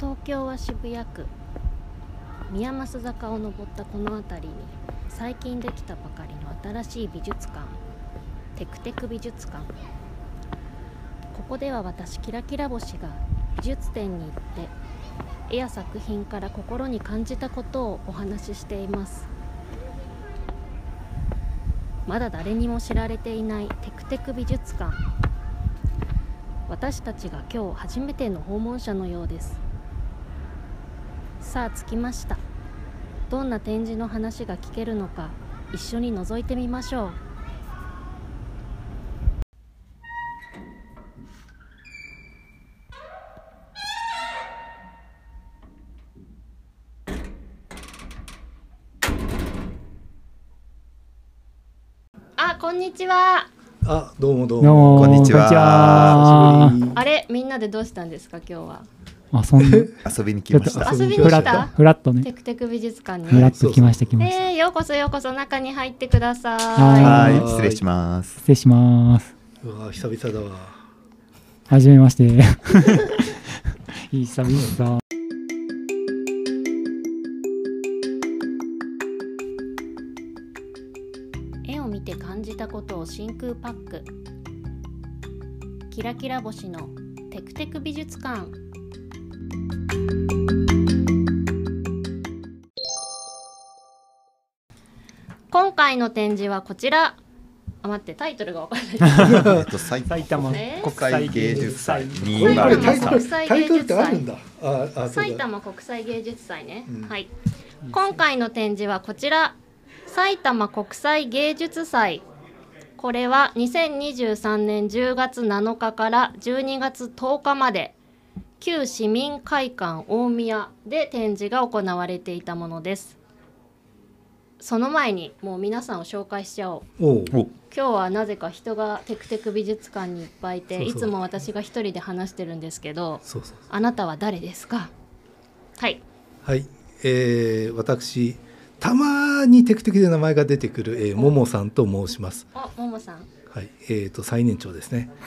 東京は渋谷区宮益坂を登ったこの辺りに最近できたばかりの新しい美術館、テクテク美術館。ここでは私キラキラ星が美術展に行って絵や作品から心に感じたことをお話ししています。まだ誰にも知られていないテクテク美術館。私たちが今日初めての訪問者のようです。さあ着きました。どんな展示の話が聞けるのか一緒に覗いてみましょう。こんにちは。 どうもどうも。 こんにちは。 あれ、みんなでどうしたんですか今日は。 遊びに来ました。 遊びに来た。 フラットね。 テクテク美術館に。 フラッと来ました。 ようこそようこそ、中に入ってください。 はい、失礼します。 失礼します。 うわ、久々だわ。 はじめまして。久々。 絵を見て感じたことを真空パック。キラキラ星のテクテク美術館。今回の展示はこちら。待って、タイトルが分からない。 埼玉国際芸術祭 2023。タイトルってあるんだ。 埼玉国際芸術祭ね。はい。今回の展示はこちら。埼玉国際芸術祭。これは2023年10月7日から12月10日まで旧市民会館大宮で展示が行われていたものです。その前にもう皆さんを紹介しちゃおう。今日はなぜか人がテクテク美術館にいっぱいいて、いつも私が一人で話してるんですけど、あなたは誰ですか？はい。 はい、私たまにテクテクで名前が出てくる、ももさんと申します。 ももさん。 はい、最年長ですね。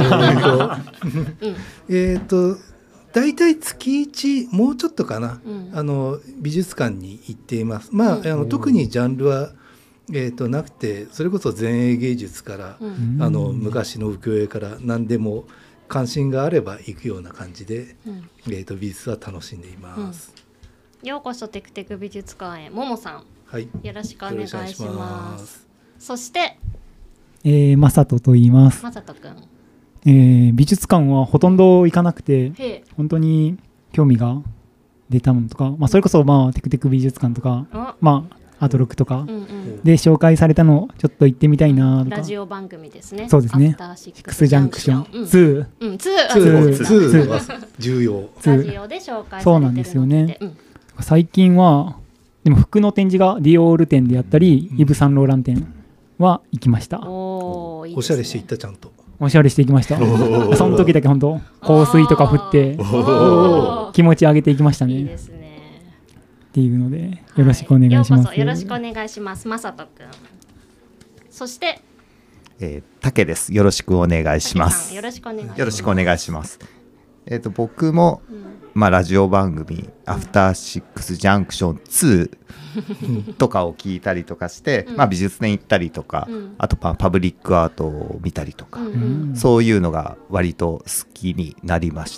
だいたい月1もうちょっとかな、美術館に行っています。特にジャンルは、なくて、それこそ前衛芸術から、昔の浮世絵から何でも関心があれば行くような感じで、美術は楽しんでいます。 ようこそテクテク美術館へ。ももさん、 はい、 よろしくお願いします。そして、 まさとと言います。 まさとくん。 美術館はほとんど行かなくて、本当に興味が出たものとか、それこそテクテク美術館とか、アートロックとかで紹介されたのをちょっと行ってみたいなとか。 ラジオ番組ですね。 そうですね。シックスジャンクション2。 2は重要。 ラジオで紹介されてるので。 そうなんですよね。最近はでも服の展示がディオール展であったり、イヴ・サンローラン展は行きました。 おしゃれしていった。ちゃんとおしゃれしていきました。その時だけ本当香水とか振って気持ち上げていきましたね。 いいですね。 っていうのでよろしくお願いします。 よろしくお願いします。まさとくん。そしてたけです。よろしくお願いします。 よろしくお願いします。 よろしくお願いします。僕もラジオ番組アフターシックスジャンクション2とかを聞いたりとかして、美術展行ったりとか、あとパブリックアートを見たりとか、そういうのが割と好きになりました。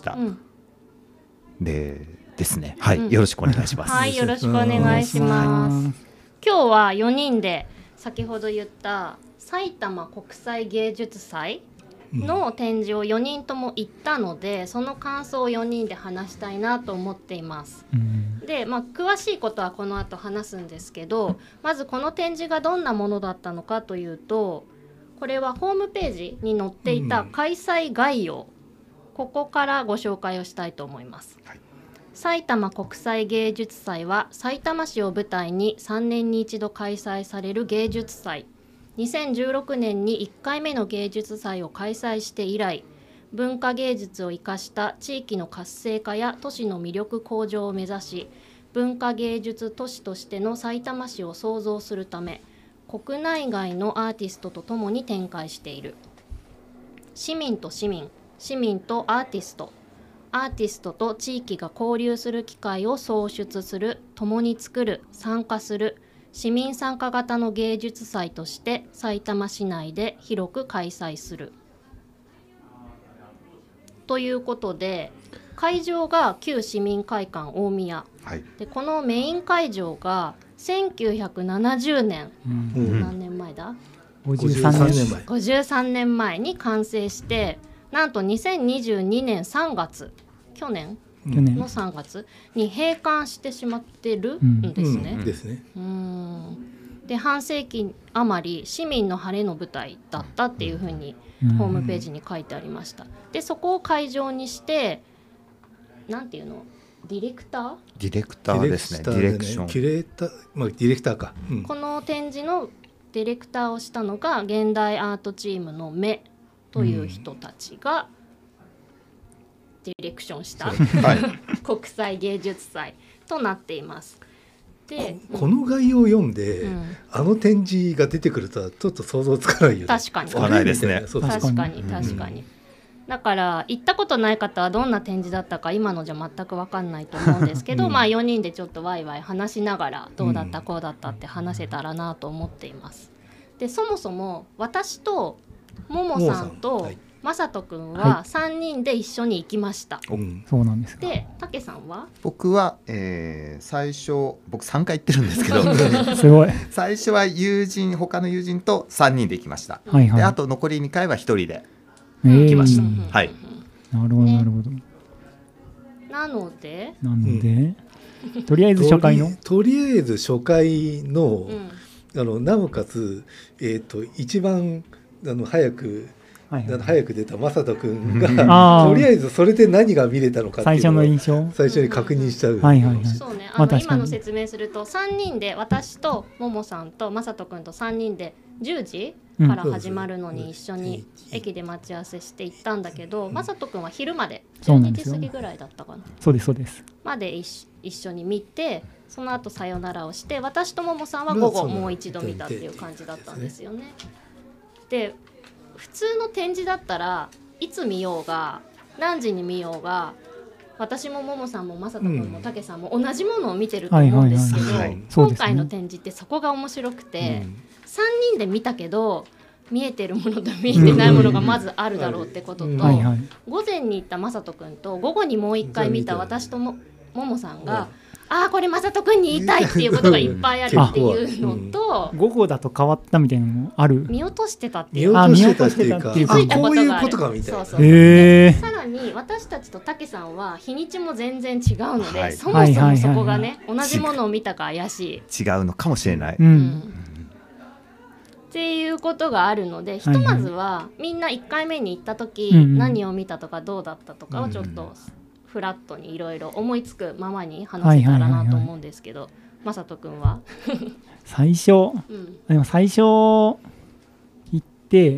ですね。はい、よろしくお願いします。 はい、よろしくお願いします。今日は4人で先ほど言った埼玉国際芸術祭の展示を4人とも行ったので、その感想を4人で話したいなと思っています。で、詳しいことはこの後話すんですけど、まずこの展示がどんなものだったのかというと、これはホームページに載っていた開催概要、ここからご紹介をしたいと思います。埼玉国際芸術祭はさいたま市を舞台に3年に一度開催される芸術祭。2016年に1回目の芸術祭を開催して以来、文化芸術を生かした地域の活性化や都市の魅力向上を目指し、文化芸術都市としてのさいたま市を創造するため、国内外のアーティストとともに展開している。市民と市民、市民とアーティスト、 アーティストと地域が交流する機会を創出する、共に作る、参加する市民参加型の芸術祭としてさいたま市内で広く開催するということで、会場が旧市民会館大宮、はい、でこのメイン会場が1970年、何年前だ？53年前に完成して、なんと2022年3月、去年の3月に閉館してしまってるんですね。で半世紀余り市民の晴れの舞台だったっていうふうにホームページに書いてありました。でそこを会場にして、なんていうの、ディレクターですね。ディレクション、 キュレーター、まあ、ディレクターか、 この展示のディレクターをしたのが現代アートチームの目という人たちがディレクションした、国際芸術祭となっています。でこの概要を読んで、あの展示が出てくるとはちょっと想像つかないよね。 確かにつかないですね。 確かに、だから行ったことない方はどんな展示だったか今のじゃ全く分かんないと思うんですけど、まあ4人でちょっとワイワイ話しながらどうだったこうだったって話せたらなと思っています。でそもそも私とももさんとまさとくんは3人で一緒に行きました。 そうなんですか。 でたけさんは？ 僕は、最初僕3回行ってるんですけどすごい。 最初は他の友人と3人で行きました、であと残り2回は1人で行きました、はい。 なるほどなるほど。 なのでとりあえず初回のなおかつ、一番早く出た正人君がとりあえずそれで何が見れたのかっていうのを最初に確認した。 そうね、今の説明すると3人で、私とももさんと正人君と3人で10時から始まるのに一緒に駅で待ち合わせして行ったんだけど、正人君は昼まで12時過ぎぐらいだったかな。 そうですまで一緒に見て、その後さよならをして、私とももさんは午後もう一度見たっていう感じだったんですよね。で普通の展示だったらいつ見ようが何時に見ようが、私もももさんもまさとくんもたけさんも同じものを見てると思うんですけど、今回の展示ってそこが面白くて、3人で見たけど見えてるものと見えてないものがまずあるだろうってことと、午前に行ったまさとくんと午後にもう一回見た私とももさんが、これまさとくんに言いたいっていうことがいっぱいあるっていうのと、 午後だと変わったみたいなのもある。 見落としてたっていうか、こういうことかみたいな。さらに私たちとたけさんは日にちも全然違うので、そもそもそこがね、同じものを見たか怪しい、 違うのかもしれない、 っていうことがあるので、ひとまずはみんな1回目に行った時、何を見たとかどうだったとかをちょっとフラットにいろいろ思いつくままに話せたらなと思うんですけど、まさとくんは最初行って、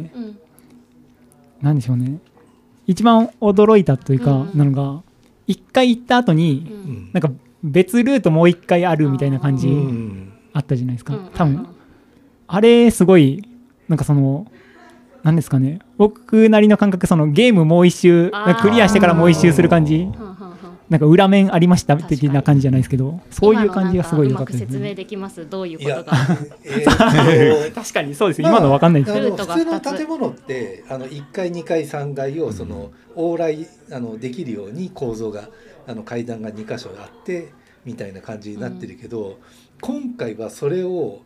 なんでしょうね、一番驚いたというか、なのが1回行った後に、なんか別ルートもう1回あるみたいな感じあったじゃないですか。多分あれすごいなんかなんですかね、僕なりの感覚、ゲームもう一周クリアしてからもう一周する感じ、なんか裏面ありました的な感じじゃないですけど、そういう感じがすごい良かったですね。 うまく説明できます？どういうことが確かにそうですね、今の分かんないですけど、 普通の建物って1階2階3階を往来できるように構造が階段が2箇所あってみたいな感じになってるけど、今回はそれを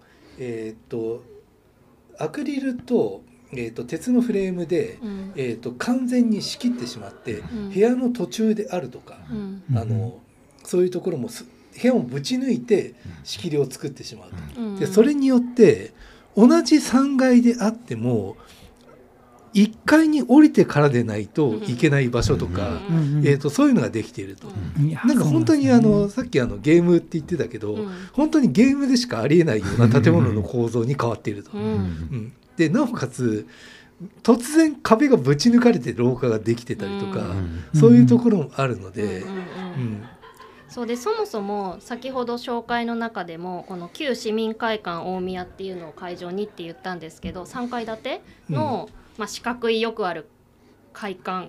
アクリルと鉄のフレームで、完全に仕切ってしまって、部屋の途中であるとか、そういうところも部屋をぶち抜いて仕切りを作ってしまうと、でそれによって同じ3階であっても1階に降りてからでないといけない場所とか、そういうのができていると、なんか本当にさっきゲームって言ってたけど、本当にゲームでしかありえないような建物の構造に変わっていると、でなおかつ突然壁がぶち抜かれて廊下ができてたりとか、そういうところもあるので、 そうで、そもそも先ほど紹介の中でもこの旧市民会館大宮っていうのを会場にって言ったんですけど、3階建ての、四角いよくある会館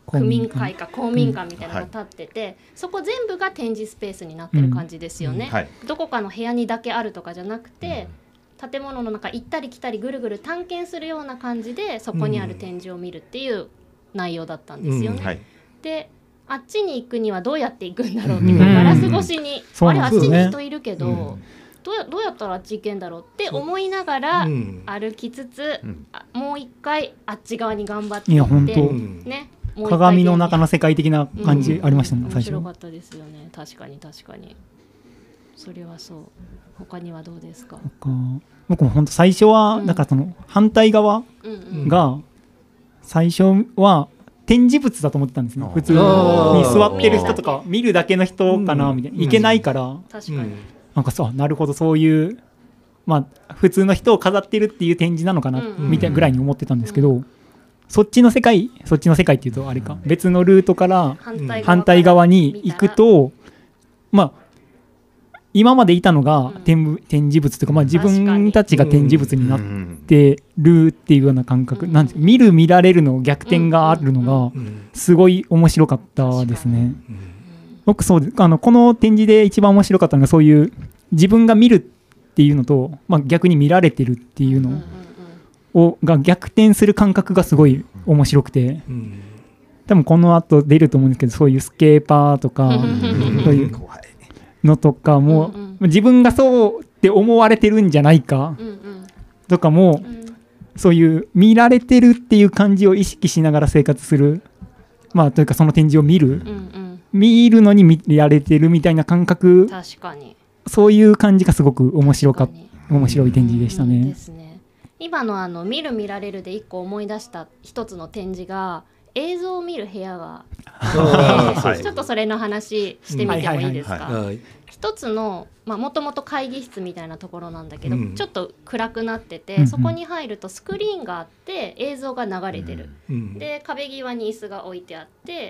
区民会か公民館みたいなのが立ってて、そこ全部が展示スペースになってる感じですよね、どこかの部屋にだけあるとかじゃなくて、建物の中行ったり来たりぐるぐる探検するような感じでそこにある展示を見るっていう内容だったんですよね、であっちに行くにはどうやって行くんだろうってガラス越しに、あれあっちに人いるけど、どうやったらあっち行けんだろうって思いながら歩きつつ、もう一回あっち側に頑張っていってね、 鏡の中の世界的な感じありましたね、最初。 面白かったですよね。確かにそれはそう。他にはどうですか？ 僕も本当最初はだからその反対側が最初は展示物だと思ってたんですね。普通に座ってる人とか見るだけの人かなみたいな、いけないから、 確かになんかそう、なるほど、そういうまあ普通の人を飾ってるっていう展示なのかなみたいなぐらいに思ってたんですけど、そっちの世界っていうとあれか、別のルートから反対側に行くと、まあ今までいたのが展示物というか、まあ自分たちが展示物になってるっていうような感覚なんです。見られるの逆転があるのがすごい面白かったですね。僕そうで、この展示で一番面白かったのがそういう自分が見るっていうのと、まあ、逆に見られてるっていうのが逆転する感覚がすごい面白くて、多分この後出ると思うんですけど、そういうスケーパーとかそういうのとかも、自分がそうって思われてるんじゃないかとかも、そういう見られてるっていう感じを意識しながら生活する、まあというかその展示を見るのに見られてるみたいな感覚、 確かにそういう感じがすごく面白い展示でしたね。 ですね。今の見られるで一個思い出した一つの展示が映像を見る部屋があって、ちょっとそれの話してみてもいいですか？一つのもともと会議室みたいなところなんだけど、ちょっと暗くなってて、そこに入るとスクリーンがあって映像が流れてる、で壁際に椅子が置いてあって、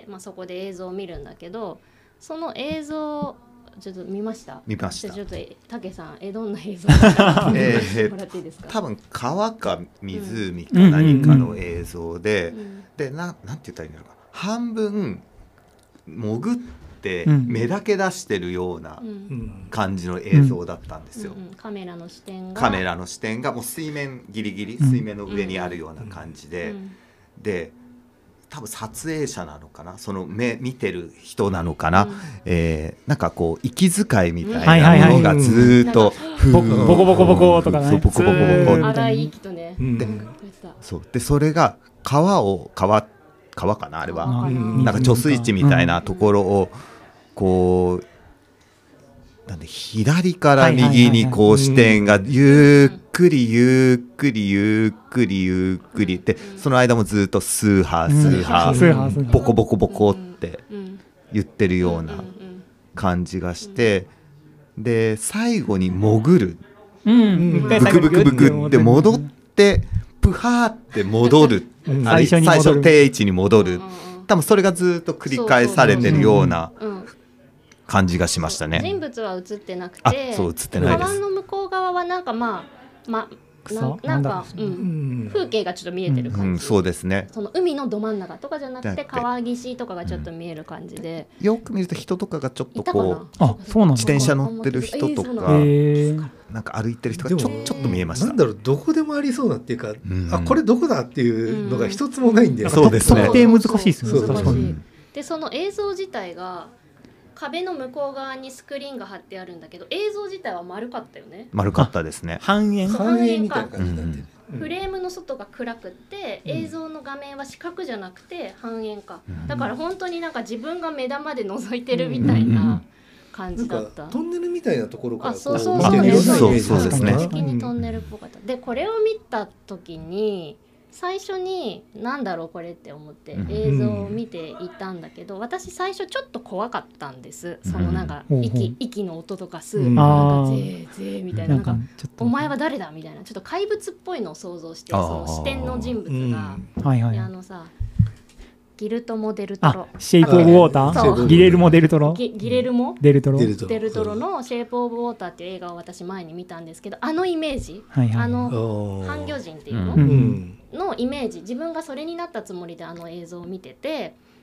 そこで映像を見るんだけど、その映像ちょっと見ました。ちょっと武さんどんな映像もらっていいですか？ 多分川か湖か何かの映像で、でなんて言ったらいいんだろうか、半分潜って目だけ出してるような感じの映像だったんですよ。 カメラの視点がもう水面ギリギリ、水面の上にあるような感じで、で多分撮影者なのかな、その見てる人なのかな、なんかこう息遣いみたいなものがずっとボコボコボコとかね、 荒い息とね、 でそれが川かな、あれはなんか貯水池みたいなところをこうなんで左から右にこう視点がゆっくりってその間もずっとスーハーボコボコボコって言ってるような感じがして、で最後に潜る、ブクブクブクって戻ってプハーって戻る、最初定位置に戻る、多分それがずっと繰り返されてるような感じがしましたね。 人物は映ってなくて、 そう映ってないです。 川の向こう側はなんかなんか風景がちょっと見えてる感じ、 そうですね。 その海のど真ん中とかじゃなくて川岸とかがちょっと見える感じで、 よく見ると人とかがちょっとこう自転車乗ってる人とかなんか歩いてる人がちょっと見えました。 なんだろう、どこでもありそうなっていうか、これどこだっていうのが一つもないんだよね。 そうですね。 特定難しいですよね。 でその映像自体が壁の向こう側にスクリーンが貼ってあるんだけど、映像自体は丸かったよね。 丸かったですね。 半円みたいな感じになってる。 フレームの外が暗くって、映像の画面は四角じゃなくて半円か、だから本当になんか自分が目玉で覗いてるみたいな感じだった。 トンネルみたいなところからそうですね。的にトンネルっぽかった。でこれを見た時に最初になんだろうこれって思って映像を見ていたんだけど、私最初ちょっと怖かったんです。そのなんか息の音とかなんかゼーゼーみたいな、なんかお前は誰だみたいな、ちょっと怪物っぽいのを想像して、その視点の人物がさギルトモ・デルトロ、 シェイプ・オブ・ウォーター、ギレルモ・デルトロ、 ギレルモ・デルトロのシェイプ・オブ・ウォーターっていう映画を私前に見たんですけど、あのイメージ、半魚人っていうの、のイメージ、自分がそれになったつもりであの映像を見てて、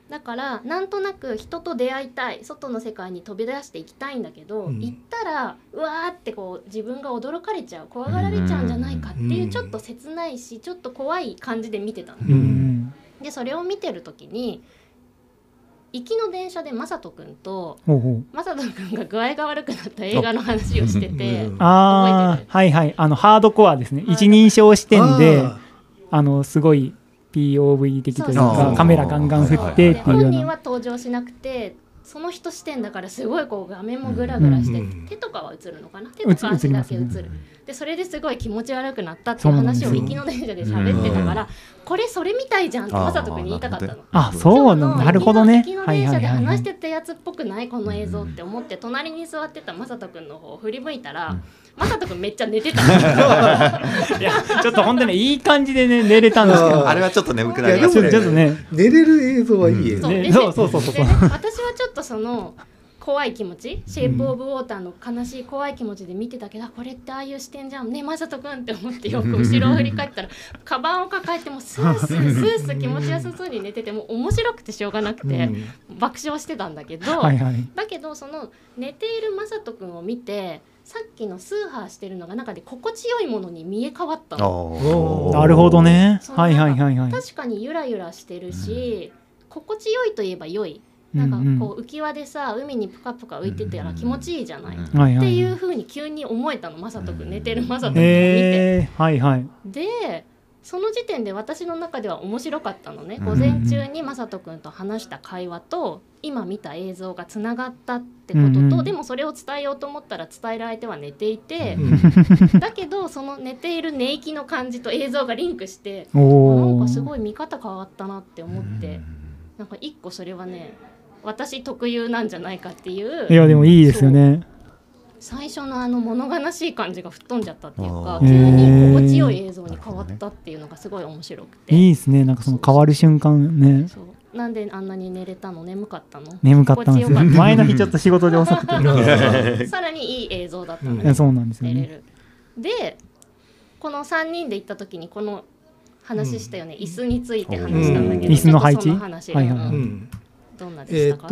だからなんとなく人と出会いたい、外の世界に飛び出していきたいんだけど、行ったらうわーってこう自分が驚かれちゃう、怖がられちゃうんじゃないかっていうちょっと切ないしちょっと怖い感じで見てたの、でそれを見てる時に行きの電車でマサトくんとマサトくんが具合が悪くなった映画の話をしてて、 ああはいはい、ハードコアですね、一人称視点ですごい POV 的というかカメラガンガン振ってっていうような。 本人は登場しなくてその人視点だからすごいこう画面もグラグラして、手とかは映るのかな、手とか足だけ映る、でそれですごい気持ち悪くなったっていう話を行きの電車で喋ってたから、これそれみたいじゃんってマサト君に言いたかったの。 あ、そうなるほどね。 行きの電車で話してたやつっぽくないこの映像って思って隣に座ってたマサト君の方を振り向いたら、マサト君めっちゃ寝てたいやちょっと本当にいい感じでね寝れたんですけど、 あれはちょっと眠くなりますね。ちょっとね寝れる映像はいい映像。 そう私はちょっとその怖い気持ち、シェイプオブウォーターの悲しい怖い気持ちで見てたけど、これってああいう視点じゃんねマサト君って思ってよく後ろを振り返ったらカバンを抱えてもスースースースー気持ちよさそうに寝てて、も面白くてしょうがなくて爆笑してたんだけど、だけどその寝ているマサト君を見てさっきのスーハーしてるのが中で心地よいものに見え変わったの。 なるほどね。はいはいはいはい。 確かにゆらゆらしてるし、心地よいといえば良い。なんかこう浮き輪でさ海にプカプカ浮いてたら気持ちいいじゃない、っていう風に急に思えたの、マサト君寝てるマサト君を見て、 はいはい、 でその時点で私の中では面白かったのね。午前中にマサト君と話した会話と今見た映像がつながったってことと、でもそれを伝えようと思ったら伝える相手は寝ていて、だけどその寝ている寝息の感じと映像がリンクしてなんかすごい見方変わったなって思って、なんか一個それはね私特有なんじゃないかっていう。 いやでもいいですよね。 最初の物悲しい感じが吹っ飛んじゃったっていうか、急に心地よい映像に変わったっていうのがすごい面白くて。 いいですね。なんかその変わる瞬間ね。 そうなんであんなに寝れたの？眠かったの？ 眠かったんですよ。前の日ちょっと仕事で遅くてさらにいい映像だったので、そうなんですよね。 でこの3人で行った時にこの話したよね、椅子について話したんだけど、 椅子の配置、 どんなでしたか？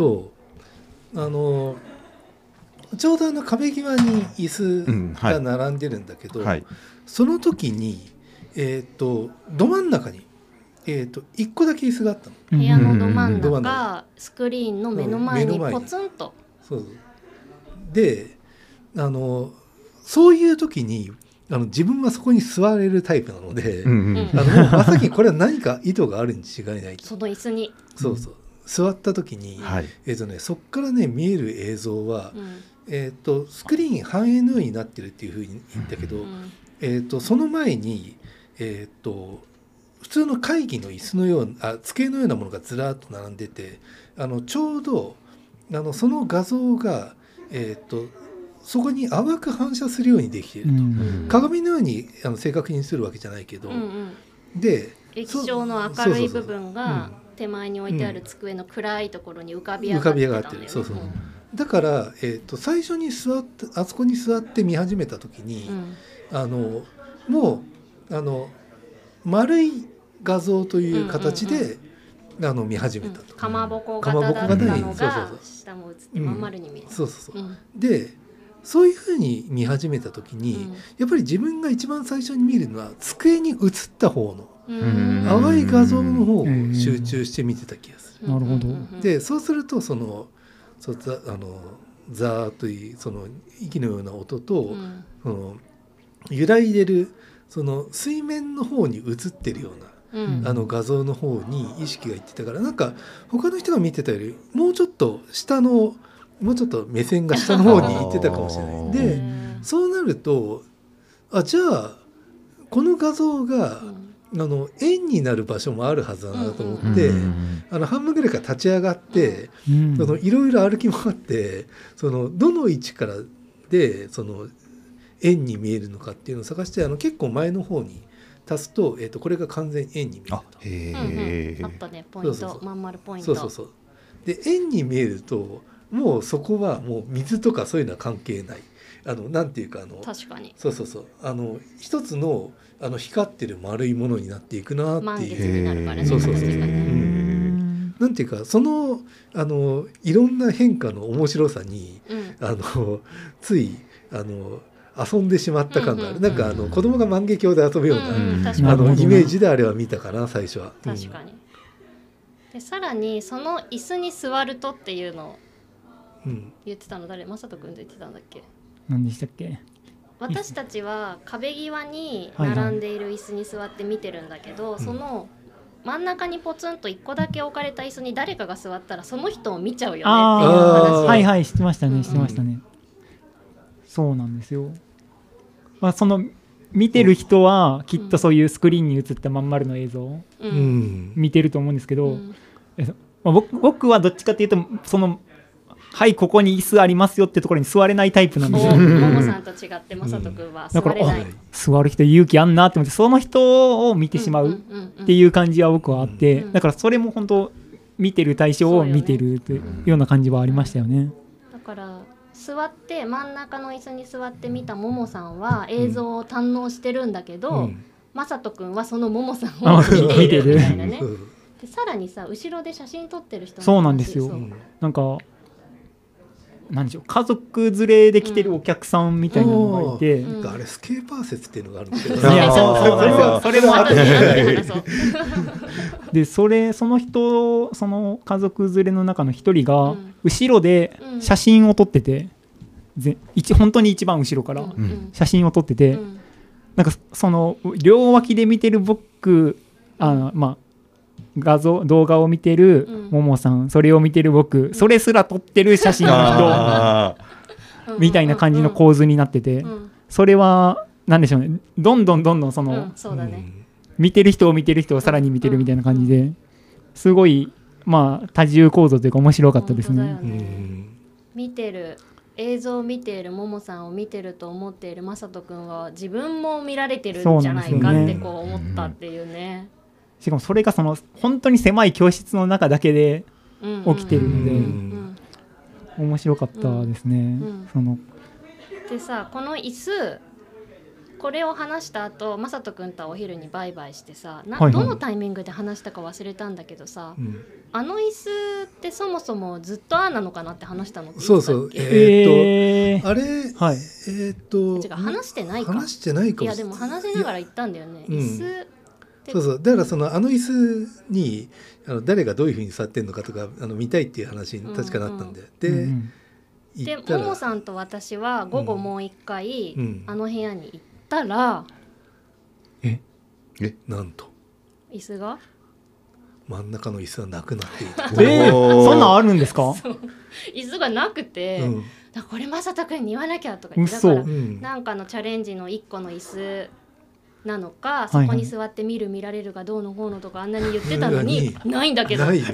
ちょうど壁際に椅子が並んでるんだけど、その時に、ど真ん中に、1個だけ椅子があったの。 部屋のど真ん中、スクリーンの目の前にポツンと。 そうでそういう時に自分はそこに座れるタイプなので、まさきこれは何か意図があるに違いないと。 その椅子にそう座った時に、そっからね見える映像は、スクリーン反映のようになってるっていうふうに言ったけど、その前に、普通の会議の椅子のような机のようなものがずらっと並んでて、ちょうどその画像が、そこに淡く反射するようにできていると、鏡のように正確にするわけじゃないけど、で液晶の明るい部分が手前に置いてある机の暗いところに浮かび上がってたんだよね。 だから、最初にあそこに座って見始めた時に、もう丸い画像という形で、見始めたと。 かまぼこ型だったのが下も映ってまん丸に見える。 でそういうふうに見始めた時に、やっぱり自分が一番最初に見るのは机に映った方の淡い画像の方を集中して見てた気がする。 なるほど。 でそうするとザーというその息のような音と、揺らいでるその水面の方に映ってるような、画像の方に意識がいってたから、なんか他の人が見てたよりもうちょっと目線が下の方に行ってたかもしれない。でそうなるとじゃあこの画像が円になる場所もあるはずだなと思って、半分ぐらいから立ち上がって、いろいろ歩き回ってどの位置からで円に見えるのかっていうのを探して、結構前の方に足すと、これが完全に円に見えると。 あったね、ポイント、まん丸ポイント。 で円に見えるともうそこはもう水とかそういうのは関係ない。なんていうか確かに一つの光ってる丸いものになっていくなっていう。 満月になるからね。 なんていうかいろんな変化の面白さに、つい遊んでしまった感がある、なんか子供が万華鏡で遊ぶような、イメージであれは見たかな最初は。 確かに。でさらにその椅子に座るとっていうのを言ってたの誰？正人君と言ってたんだっけ？ 何でしたっけ？ 私たちは壁際に並んでいる椅子に座って見てるんだけど、その真ん中にポツンと1個だけ置かれた椅子に誰かが座ったらその人を見ちゃうよねっていう話。 はいはい、してましたね、してましたね。そうなんですよ。その見てる人はきっとそういうスクリーンに映ったまん丸の映像を見てると思うんですけど、僕はどっちかっていうとはいここに椅子ありますよってところに座れないタイプなんですよ。 ももさんと違って正人君は座れない。 座る人勇気あんなって思ってその人を見てしまうっていう感じは僕はあって、だからそれも本当見てる対象を見てるというような感じはありましたよね。 だから座って真ん中の椅子に座って見たももさんは映像を堪能してるんだけど、正人君はそのももさんを見てるみたいなね。でさらにさ後ろで写真撮ってる人もそうなんですよ。なんかなんでしょう、家族連れで来てるお客さんみたいなのがいて、 あれスケーパー説っていうのがあるんですけど、 それもあってでその家族連れの中の一人が後ろで写真を撮ってて、本当に一番後ろから写真を撮ってて、なんかその両脇で見てる僕、動画を見てるももさん、それを見てる僕、それすら撮ってる写真の人みたいな感じの構図になってて、それは何でしょうね、どんどんそうだね、 見てる人をさらに見てるみたいな感じで、すごい多重構造というか面白かったですね。 見てる映像を見ているももさんを見てると思っている正人君は自分も見られてるんじゃないかってこう思ったっていうね。 しかもそれが本当に狭い教室の中だけで起きてるので、面白かったですね。 でさ、この椅子これを話した後正人君とお昼にバイバイしてさ、どのタイミングで話したか忘れたんだけどさ、あの椅子ってそもそもずっとああなのかなって話したのっていつだっけ？ そうあれ、 違う、話してないか。いやでも話しながら言ったんだよね。椅子だからあの椅子に誰がどういうふうに座ってんのかとか見たいっていう話に確かなったんで、 でももさんと私は午後もう一回、あの部屋に行ったら、 なんと椅子が真ん中の椅子はなくなっていた。 そんなんあるんですか？ 椅子がなくて、これ正人君に言わなきゃとか言って、だからなんかのチャレンジの1個の椅子なのか、そこに座って見られるがどうのこうのとかあんなに言ってたのにないんだけどって言って、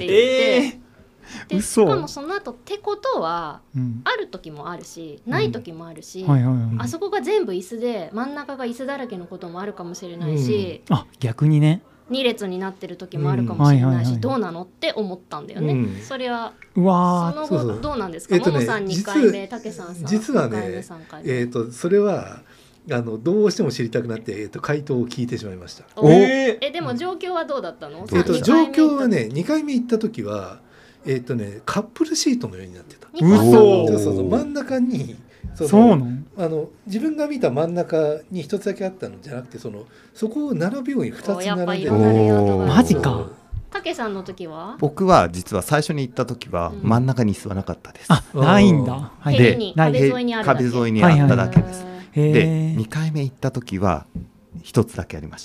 でしかもその後ってことは、ある時もあるしない時もあるし、あそこが全部椅子で真ん中が椅子だらけのこともあるかもしれないし、 逆にね 2列になってる時もあるかもしれないし、どうなのって思ったんだよね。それはその後どうなんですか？ももさん2回目、たけさん実はね、 3回目それはどうしても知りたくなって、回答を聞いてしまいました。 でも状況はどうだったの？ 状況はね、2回目行った時はカップルシートのようになってた。真ん中に自分が見た真ん中に一つだけあったのじゃなくて、そこを並ぶように2つ並んでる。 マジか。 たけさんの時は？ 僕は実は最初に行った時は真ん中に椅子はなかったです。 ないんだ。 壁沿いにあっただけです。で2回目行った時は1つだけありました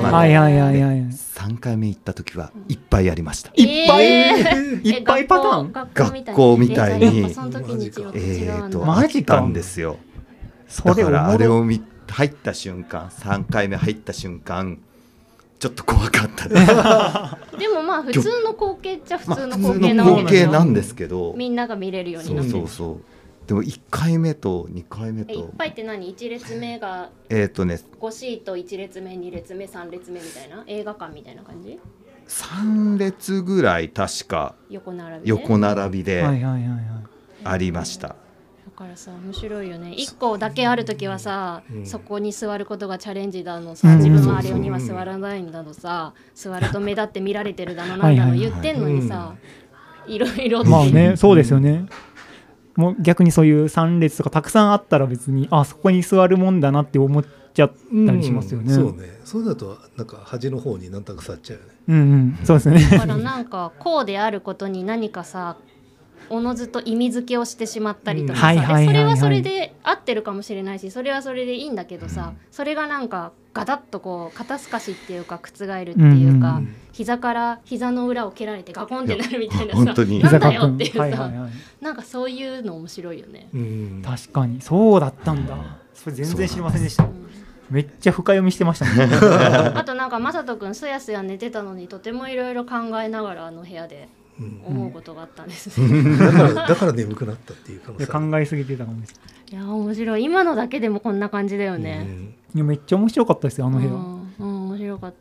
。3回目行った時はいっぱいありました。 いっぱいパターン？ 学校みたいにあったんですよ。だからあれを入った瞬間、3回目入った瞬間ちょっと怖かったです。 でも普通の光景っちゃ普通の光景なわけ光景なんですけど、 みんなが見れるようになってる。 でも1回目と2回目といっぱいって何？1列目が5シート、1列目2列目3列目みたいな、映画館みたいな感じ ？3列ぐらい確か横並びでありました。 からさ面白いよね。1個だけある時はさ、そこに座ることがチャレンジだのさ、自分はあれには座らないんだのさ、座ると目立って見られてるだのなんだの言ってんのにさ、いろいろって。 まあね、そうですよね。もう逆にそういう3列とかたくさんあったら別にそこに座るもんだなって思っちゃったりしますよね。 そうね。そうだとなんか端の方になんとなく座っちゃうよね。 そうですね。 だからなんかこうであることに何かさおのずと意味付けをしてしまったりとかさ、それはそれで合ってるかもしれないし、それはそれでいいんだけどさ、それがなんかガタッとこう肩透かしっていうか覆るっていうか、膝から膝の裏を蹴られてガコンってなるみたいなさ、なんだよっていうさ、なんかそういうの面白いよね。 確かにそうだったんだ。それ全然知りませんでした。めっちゃ深読みしてましたね。 あとなんかまさとくんすやすや寝てたのにとてもいろいろ考えながらあの部屋で思うことがあったんですね。 だから眠くなったっていう可能性。 考えすぎてたかもしれない。 いや面白い。今のだけでもこんな感じだよね。 いやめっちゃ面白かったですよあの部屋。 面白かった。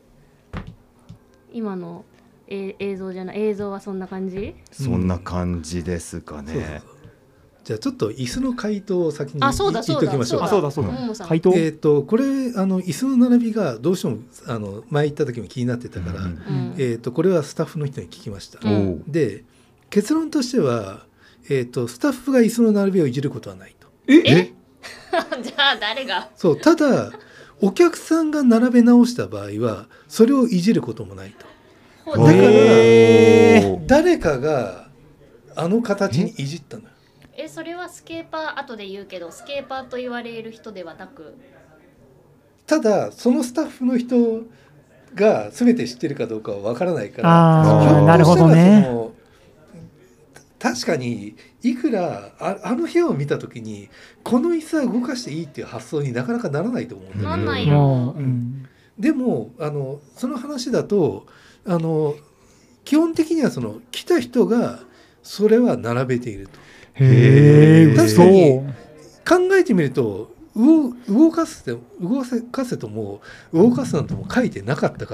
今の映像はそんな感じ？ そんな感じですかね。 じゃあちょっと椅子の回答を先に言っときましょう。 そうだ回答。 これ椅子の並びがどうしても前行った時も気になってたから、これはスタッフの人に聞きました。で結論としては、スタッフが椅子の並びをいじることはないと。 じゃあ誰が？ そう、ただお客さんが並べ直した場合はそれをいじることもないと。だから誰かがあの形にいじったのよ。 それはスケーパー後で言うけどスケーパーと言われる人ではなく、 ただそのスタッフの人が全て知ってるかどうかは分からないから、 なるほどね。 確かにいくらあの部屋を見た時にこの椅子は動かしていいっていう発想になかなかならないと思うんだけど、 なんないよ。 でもその話だと基本的には来た人がそれは並べていると。確かに考えてみると動かせとも動かすなんても書いてなかったから、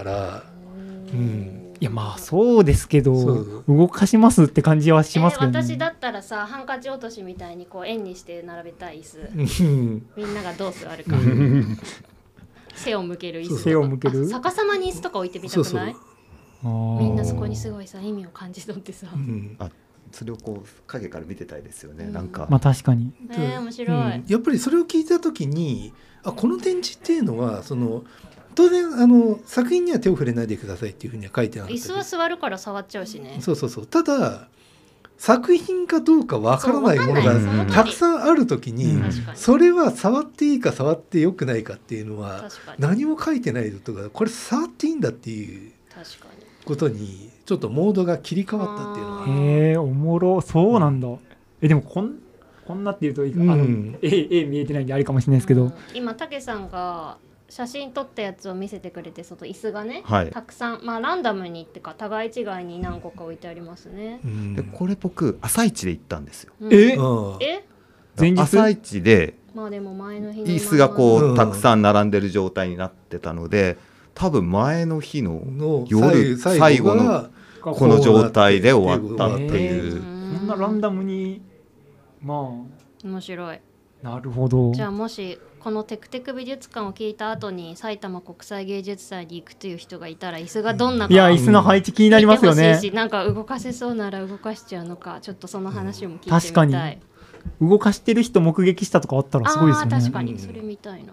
いやまあそうですけど動かしますって感じはしますけどね。 私だったらさハンカチ落としみたいにこう円にして並べたい椅子みんながどう座るか背を向ける椅子とか、 背を向ける逆さまに椅子とか置いてみたくない？みんなそこにすごいさ意味を感じ取ってさ、 それをこう影から見てたいですよね。なんかまあ確かに面白い。 やっぱりそれを聞いた時にこの展示っていうのは当然作品には手を触れないでくださいっていうふうには書いてある。 椅子は座るから触っちゃうしね。 そうただ作品かどうかわからないものがたくさんある時に、それは触っていいか触ってよくないかっていうのは何も書いてないとか、これ触っていいんだっていうことにちょっとモードが切り替わったっていうのは。 おもろ。そうなんだ。でもこんなっていうと絵見えてないんであれかもしれないですけど、 今たけさんが写真撮ったやつを見せてくれて、その椅子がね、たくさんランダムにってか互い違いに何個か置いてありますね。 でこれ僕朝一で行ったんですよ。 前日朝一ででも前の日の椅子がこうたくさん並んでる状態になってたので、多分前の日の夜最後のこの状態で終わったっていう。 そんなランダムに面白い。 なるほど。 じゃあもしこのテクテク美術館を聞いた後に埼玉国際芸術祭に行くという人がいたら、椅子がどんなか、 椅子の配置気になりますよね。 なんか動かせそうなら動かしちゃうのか、ちょっとその話も聞いてみたい。 確かに動かしてる人目撃したとかあったらすごいですよね。 確かにそれ見たいな。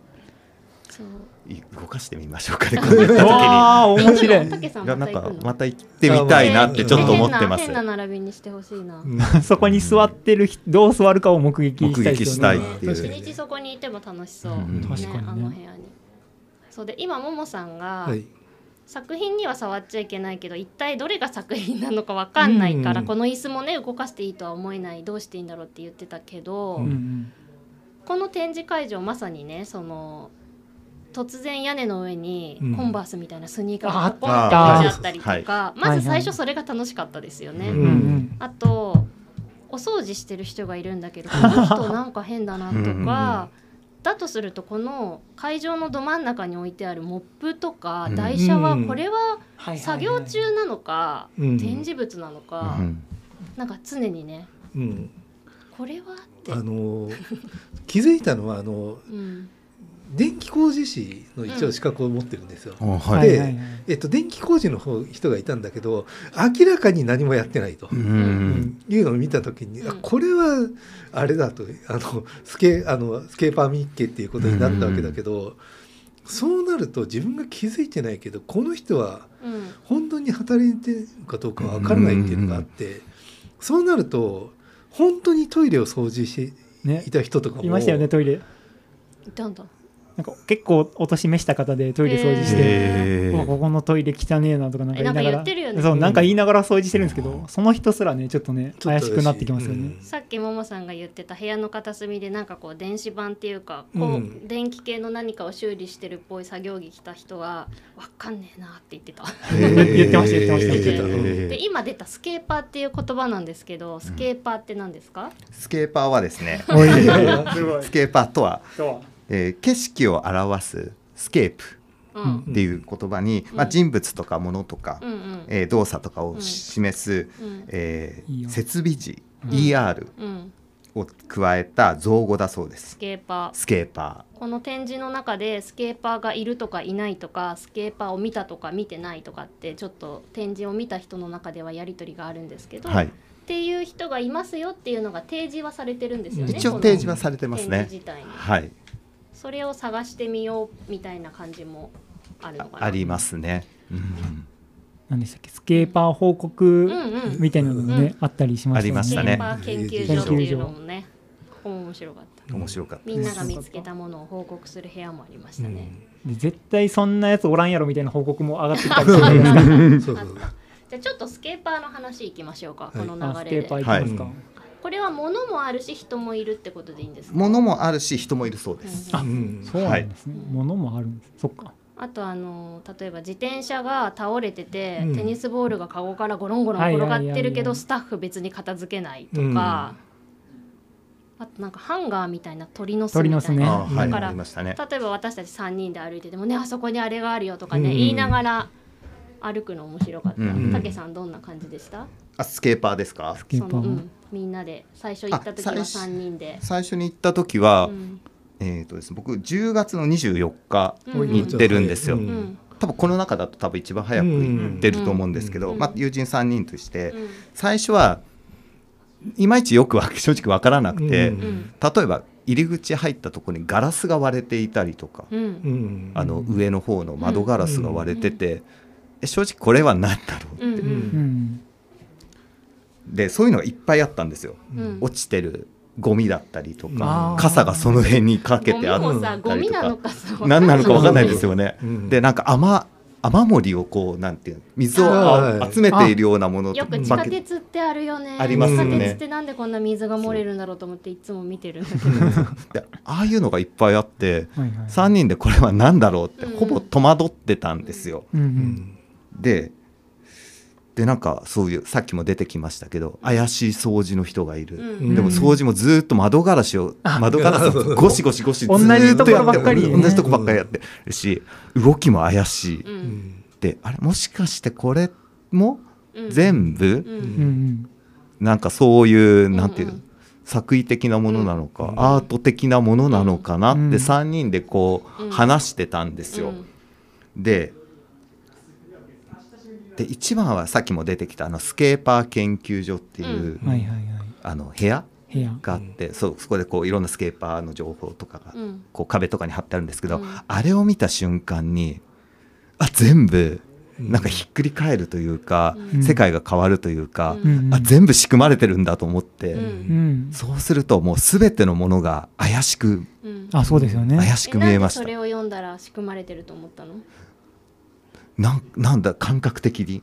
動かしてみましょうかね。 面白い。 なんかまた行ってみたいなってちょっと思ってます。 変な並びにしてほしいな。 そこに座ってる人どう座るかを目撃したいっていう。 一日そこにいても楽しそう。あの部屋に。そうで今ももさんが作品には触っちゃいけないけど、一体どれが作品なのか分かんないから、この椅子もね動かしていいとは思えない、どうしていいんだろうって言ってたけど、この展示会場まさにね、突然屋根の上にコンバースみたいなスニーカーがポコンって置いてあったりとか、まず最初それが楽しかったですよね。あとお掃除してる人がいるんだけど、この人なんか変だなとかだとすると、この会場のど真ん中に置いてあるモップとか台車はこれは作業中なのか展示物なのか、なんか常にねこれはって気づいたのはうん電気工事士の一応資格を持ってるんですよ。 はいで、電気工事の人がいたんだけど明らかに何もやってないと、いうのを見た時に、これはあれだとスケーパーミッケっていうことになったわけだけど、そうなると自分が気づいてないけどこの人は本当に働いてるかどうかわからないっていうのがあって、そうなると本当にトイレを掃除していた人とかも、 いましたよね。トイレいたんだ。 なんか結構お年めした方でトイレ掃除して、ここのトイレ汚ねえなとかなんか言いながら、そうなんか言いながら掃除してるんですけど、その人すらねちょっとね怪しくなってきますよね。 さっきももさんが言ってた部屋の片隅でなんかこう電子版っていうかこう電気系の何かを修理してるっぽい作業着着た人はわかんねえなって言ってた。 言ってましたで今出たスケーパーっていう言葉なんですけど、スケーパーって何ですか？ スケーパーはですねスケーパーとは景色を表すスケープっていう言葉に、人物とか物とか、動作とかを示す、設備時、ER を加えた造語だそうです。 スケーパー。 スケーパー。 この展示の中でスケーパーがいるとかいないとか、スケーパーを見たとか見てないとかってちょっと展示を見た人の中ではやり取りがあるんですけど、っていう人がいますよっていうのが提示はされてるんですよね。 一応提示はされてますね。 展示自体に。 はい。 それを探してみようみたいな感じもあるのかな。 ありますね。 何でしたっけ、スケーパー報告みたいなのがね、あったりしましたね。 ありましたね。 スケーパー研究所っていうのもね、面白かった。 面白かった。 みんなが見つけたものを報告する部屋もありましたね。 で絶対そんなやつおらんやろみたいな報告も上がってきたりするんですか。 じゃあちょっとスケーパーの話いきましょうか、この流れで。 スケーパーいきますか。 これは物もあるし人もいるってことでいいんですか？ 物もあるし人もいるそうです。 そうなんですね。物もあるんです。そっか。 あと例えば自転車が倒れてて、テニスボールがカゴからゴロンゴロン転がってるけどスタッフ別に片付けないとか、あとなんかハンガーみたいな鳥の巣みたいな、だから、例えば私たち3人で歩いててもね、あそこにあれがあるよとかね、言いながら歩くの面白かった。たけさんどんな感じでした？ スケーパーですか？ みんなで最初行った時は3人で。 最初に行った時は、ですね、僕10月の24日に行ってるんですよ。多分この中だと多分一番早く行ってると思うんですけど、友人3人として最初はいまいちよく正直分からなくて、例えば入り口入ったところにガラスが割れていたりとか、上の方の窓ガラスが割れてて、正直これは何だろうって、でそういうのがいっぱいあったんですよ。落ちてるゴミだったりとか、傘がその辺にかけてあったりとか、何なのか分かんないですよね。でなんか雨漏りをこうなんていう水を集めているようなものとか、 よく地下鉄ってあるよね。 ありますよね。 地下鉄ってなんでこんな水が漏れるんだろうと思っていつも見てるんだけどああいうのがいっぱいあって、3人でこれは何だろうってほぼ戸惑ってたんですよ。でなんかそういうさっきも出てきましたけど怪しい掃除の人がいる、でも掃除もずっと窓ガラスをゴシゴシゴシずっとやって同じとこばっかりやってるし、動きも怪しい、であれもしかしてこれも全部、なんかそういうなんていう作為的なものなのか、アート的なものなのかなって3人でこう話してたんですよ。で一番はさっきも出てきたスケーパー研究所っていう部屋があって、そこでこういろんなスケーパーの情報とかがこう壁とかに貼ってあるんですけど、あれを見た瞬間に全部なんかひっくり返るというか、世界が変わるというか、全部仕組まれてるんだと思って、そうするともう全てのものが怪しく、 そうですよね。 怪しく見えました。 それを読んだら仕組まれてると思ったの？ なんだ感覚的に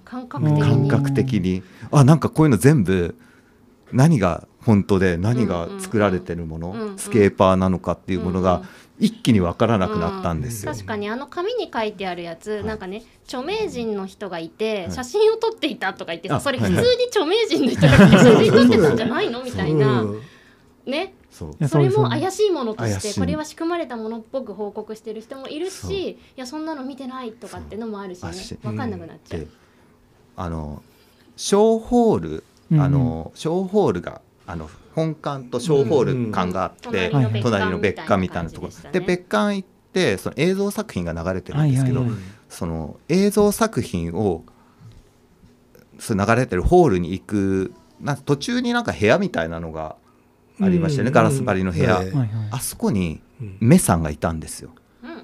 なんかこういうの全部何が本当で何が作られてるもの、スケーパーなのかっていうものが一気に分からなくなったんですよ。 確かに紙に書いてあるやつ、なんかね著名人の人がいて写真を撮っていたとか言ってさ、それ普通に著名人の人が写真撮ってたんじゃないのみたいなね。それも怪しいものとしてこれは仕組まれたものっぽく報告してる人もいるし、いやそんなの見てないとかってのもあるしね、分かんなくなっちゃう。 小ホール、小ホールが本館と小ホール館があって、隣の別館みたいなところで、別館行ってその映像作品が流れてるんですけど、その映像作品をその流れてるホールに行く途中になんか部屋みたいなのがありましたね、ガラス張りの部屋、あそこにメさんがいたんですよ。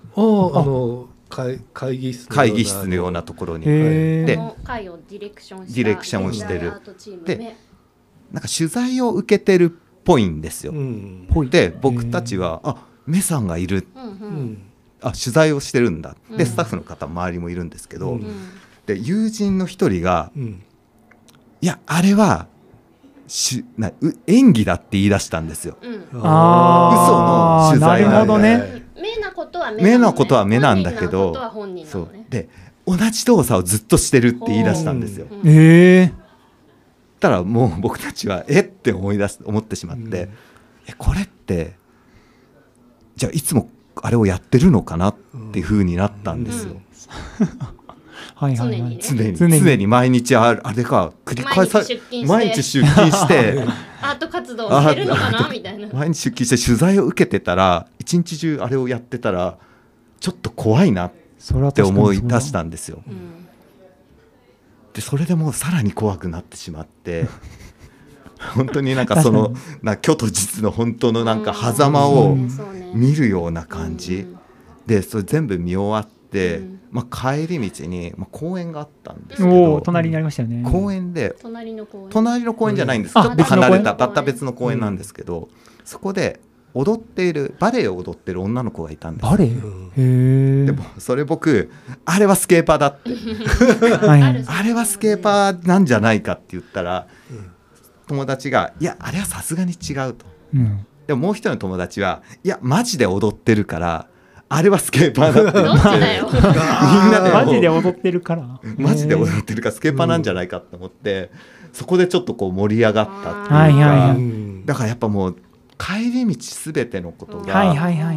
会議室のようなところに、 で会をディレクションしてるで、なんか取材を受けてるっぽいんですよ。で僕たちはメさんがいる、取材をしてるんだ、でスタッフの方周りもいるんですけど、で友人の一人が、いやあれは演技だって言い出したんですよ。嘘の取材なるほどね。 目なことは目なんだけど、そうで同じ動作をずっとしてるって言い出したんですよ。たらもう僕たちはって思ってしまって、これってじゃあいつもあれをやってるのかなっていう風になったんですよ。常に毎日あれが繰り返さ毎日出勤してアート活動をしてるのかなみたいな。 毎日出勤して取材を受けてたら一日中あれをやってたらちょっと怖いなって思い出したんですよ。でそれでもうさらに怖くなってしまって本当になんかその虚と実の本当のなんか狭間を見るような感じで、それ全部見終わって、帰り道に、公園があったんですけど、 隣にありましたよね。 公園で隣の公園じゃないんです、ちょっと離れたまた別の公園なんですけど、そこで踊っているバレエを踊ってる女の子がいたんです。 バレエ？ でもそれ僕あれはスケーパーだってあれはスケーパーなんじゃないかって言ったら、友達がいやあれはさすがに違うと、でももう一人の友達はいやマジで踊ってるからあれはスケーパーだってどっちだよみんなでマジで踊ってるからマジで踊ってるからスケーパーなんじゃないかって思って、そこでちょっとこう盛り上がったっていうか、だからやっぱもう帰り道すべてのことが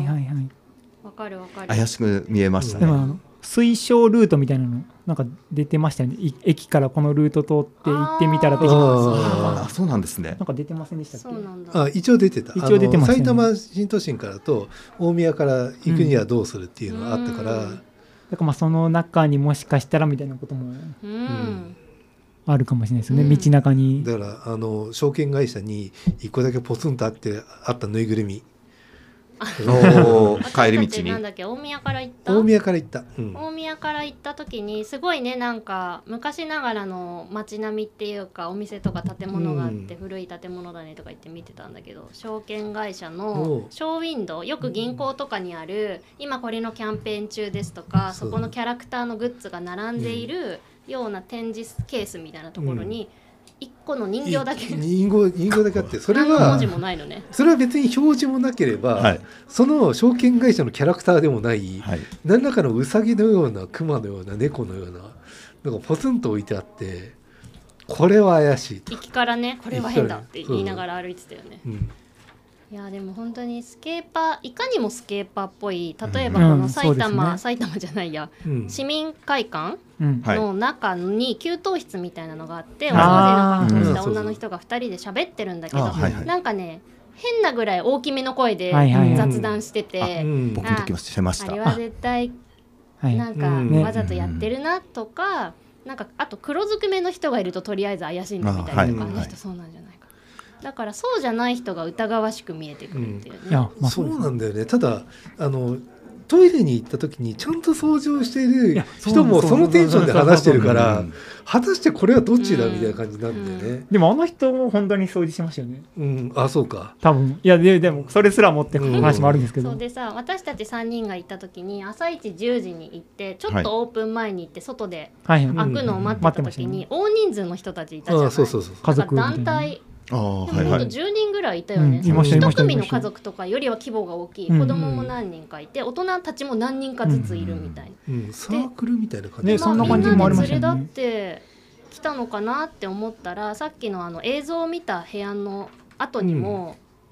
怪しく見えましたね。 でも推奨ルートみたいなのなんか出てましたよね。駅からこのルート通って行ってみたら的な。 そうなんですね。 なんか出てませんでしたっけ？一応出てた。埼玉新都心からと大宮から行くにはどうするっていうのがあったから、だからその中にもしかしたらみたいなこともあるかもしれないですよね。道中に。 だから証券会社に一個だけポツンとあったぬいぐるみ。 帰り道になんだっけ、大宮から行った大宮から行った時にすごいね、なんか昔ながらの街並みっていうかお店とか建物があって、古い建物だねとか言って見てたんだけど、証券会社のショーウィンドウ、よく銀行とかにある今これのキャンペーン中ですとか、そこのキャラクターのグッズが並んでいるような展示ケースみたいなところに、1個の人形だけ人形だけあって、それは文字もないのね。 それは別に表示もなければ、その証券会社のキャラクターでもない、何らかのウサギのようなクマのような猫のようななんかポツンと置いてあって、これは怪しいと。 行きからね、これは変だって言いながら歩いてたよね。いやでも本当にスケーパー、いかにもスケーパーっぽい、例えばこの埼玉じゃないや、市民会館の中に給湯室みたいなのがあって、お掃除の格好した女の人が2人で喋ってるんだけど、なんかね変なぐらい大きめの声で雑談してて、 僕の時もしてました。 あれは絶対なんかわざとやってるなとか、なんかあと黒ずくめの人がいるととりあえず怪しいんだみたいなとか、あの人そうなんじゃないか、だからそうじゃない人が疑わしく見えてくるっていうね。 そうなんだよね。ただトイレに行った時にちゃんと掃除をしている人もそのテンションで話してるから、果たしてこれはどっちだみたいな感じなんだよね。 でもあの人も本当に掃除しましたよね。 そうか。 多分いやでもそれすら持って話もあるんですけど。 そうでさ、私たち3人が行った時に朝一10時に行ってちょっとオープン前に行って外で開くのを待ってた時に大人数の人たちいたじゃない。 家族団体。でも本当10人ぐらいいたよね。1組の家族とかよりは規模が大きい、子供も何人かいて、大人たちも何人かずついるみたいな、 サークルみたいな感じで、 そんな感じもありましたね。 みんなで連れ立って来たのかなって思ったら、さっきの映像を見た部屋の後にも、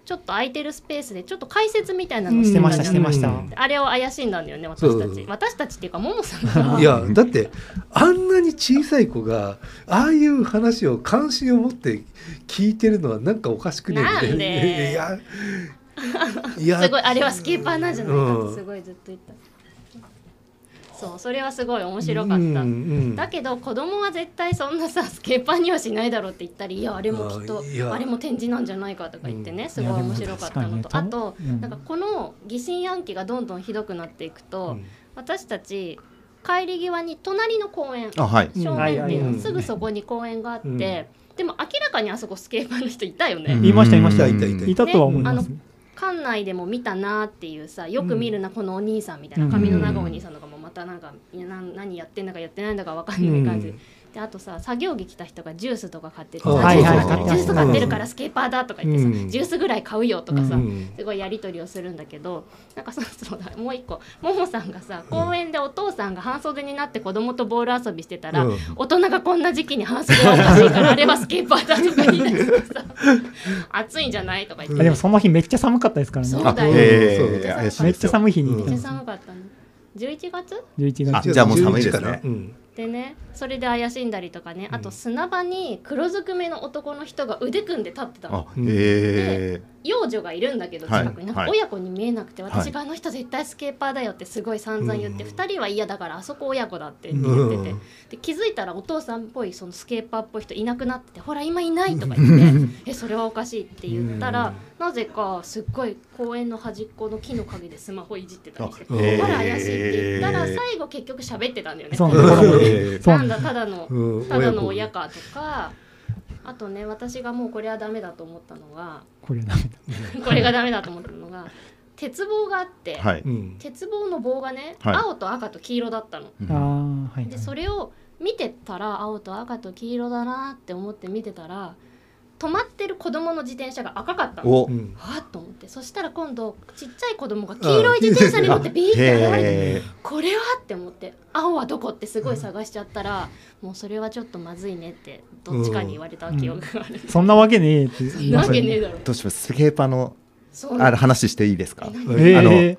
ちょっと空いてるスペースでちょっと解説みたいなのをしてましたしてました。 あれを怪しんだんだよね私たちっていうかももさんが。 いやだってあんなに小さい子がああいう話を関心を持って聞いてるのはなんかおかしくねなんでいやすごいあれはスケーパーなんじゃないかってすごいずっと言った。そうそれはすごい面白かった、だけど子供は絶対そんなさスケーパーにはしないだろうって言ったり、いやあれもきっとあれも展示なんじゃないかとか言ってね、すごい面白かったのと、あとなんかこの疑心暗鬼がどんどんひどくなっていくと、私たち帰り際に隣の公園、正面っていうのすぐそこに公園があって、でも明らかにあそこスケーパーの人いたよね。 いましたいたとは思います。 館内でも見たなっていうさ、よく見るなこのお兄さんみたいな、髪の長いお兄さんとかもまたなんか何やってんだかやってないんだか分かんない感じで、あとさ作業着着た人がジュースとか買ってて、ジュース買ってるからスケーパーだとか言ってさ、ジュースぐらい買うよとかさ、すごいやり取りをするんだけど、なんかそうだもう一個ももさんがさ、公園でお父さんが半袖になって子供とボール遊びしてたら、大人がこんな時期に半袖はおかしいからあれはスケーパーだとか言い出してさ暑いんじゃないとか言って、 でもその日めっちゃ寒かったですからね。 そうだよ、 めっちゃ寒い日にめっちゃ寒かったの。11月 11月。じゃあもう寒いですね。 でね、それで怪しんだりとかね、あと砂場に黒ずくめの男の人が腕組んで立ってたの。で幼女がいるんだけど近くに、なんか親子に見えなくて、私があの人絶対スケーパーだよってすごい散々言って、2人は嫌だからあそこ親子だって言ってて、で気づいたらお父さんっぽいそのスケーパーっぽい人いなくなってて、ほら今いないとか言ってそれはおかしいって言ったら、なぜかすっごい公園の端っこの木の陰でスマホいじってたりして、ほら怪しいって言ったら最後結局喋ってたんだよね。なんだただの親かとか。あとね、私がもうこれはダメだと思ったのが、これがダメだと思ったのが鉄棒があって、鉄棒の棒がね、青と赤と黄色だったの。でそれを見てたら青と赤と黄色だなって思って見てたら、止まってる子供の自転車が赤かったの。はっと思って、そしたら今度ちっちゃい子供が黄色い自転車に乗ってビーって現れて、これはって思って、青はどこってすごい探しちゃったら、もうそれはちょっとまずいねってどっちかに言われた記憶がある。 そんなわけねえって言いましたね。 なわけねえだろ。 どうします？スケーパーの話していいですか？ 何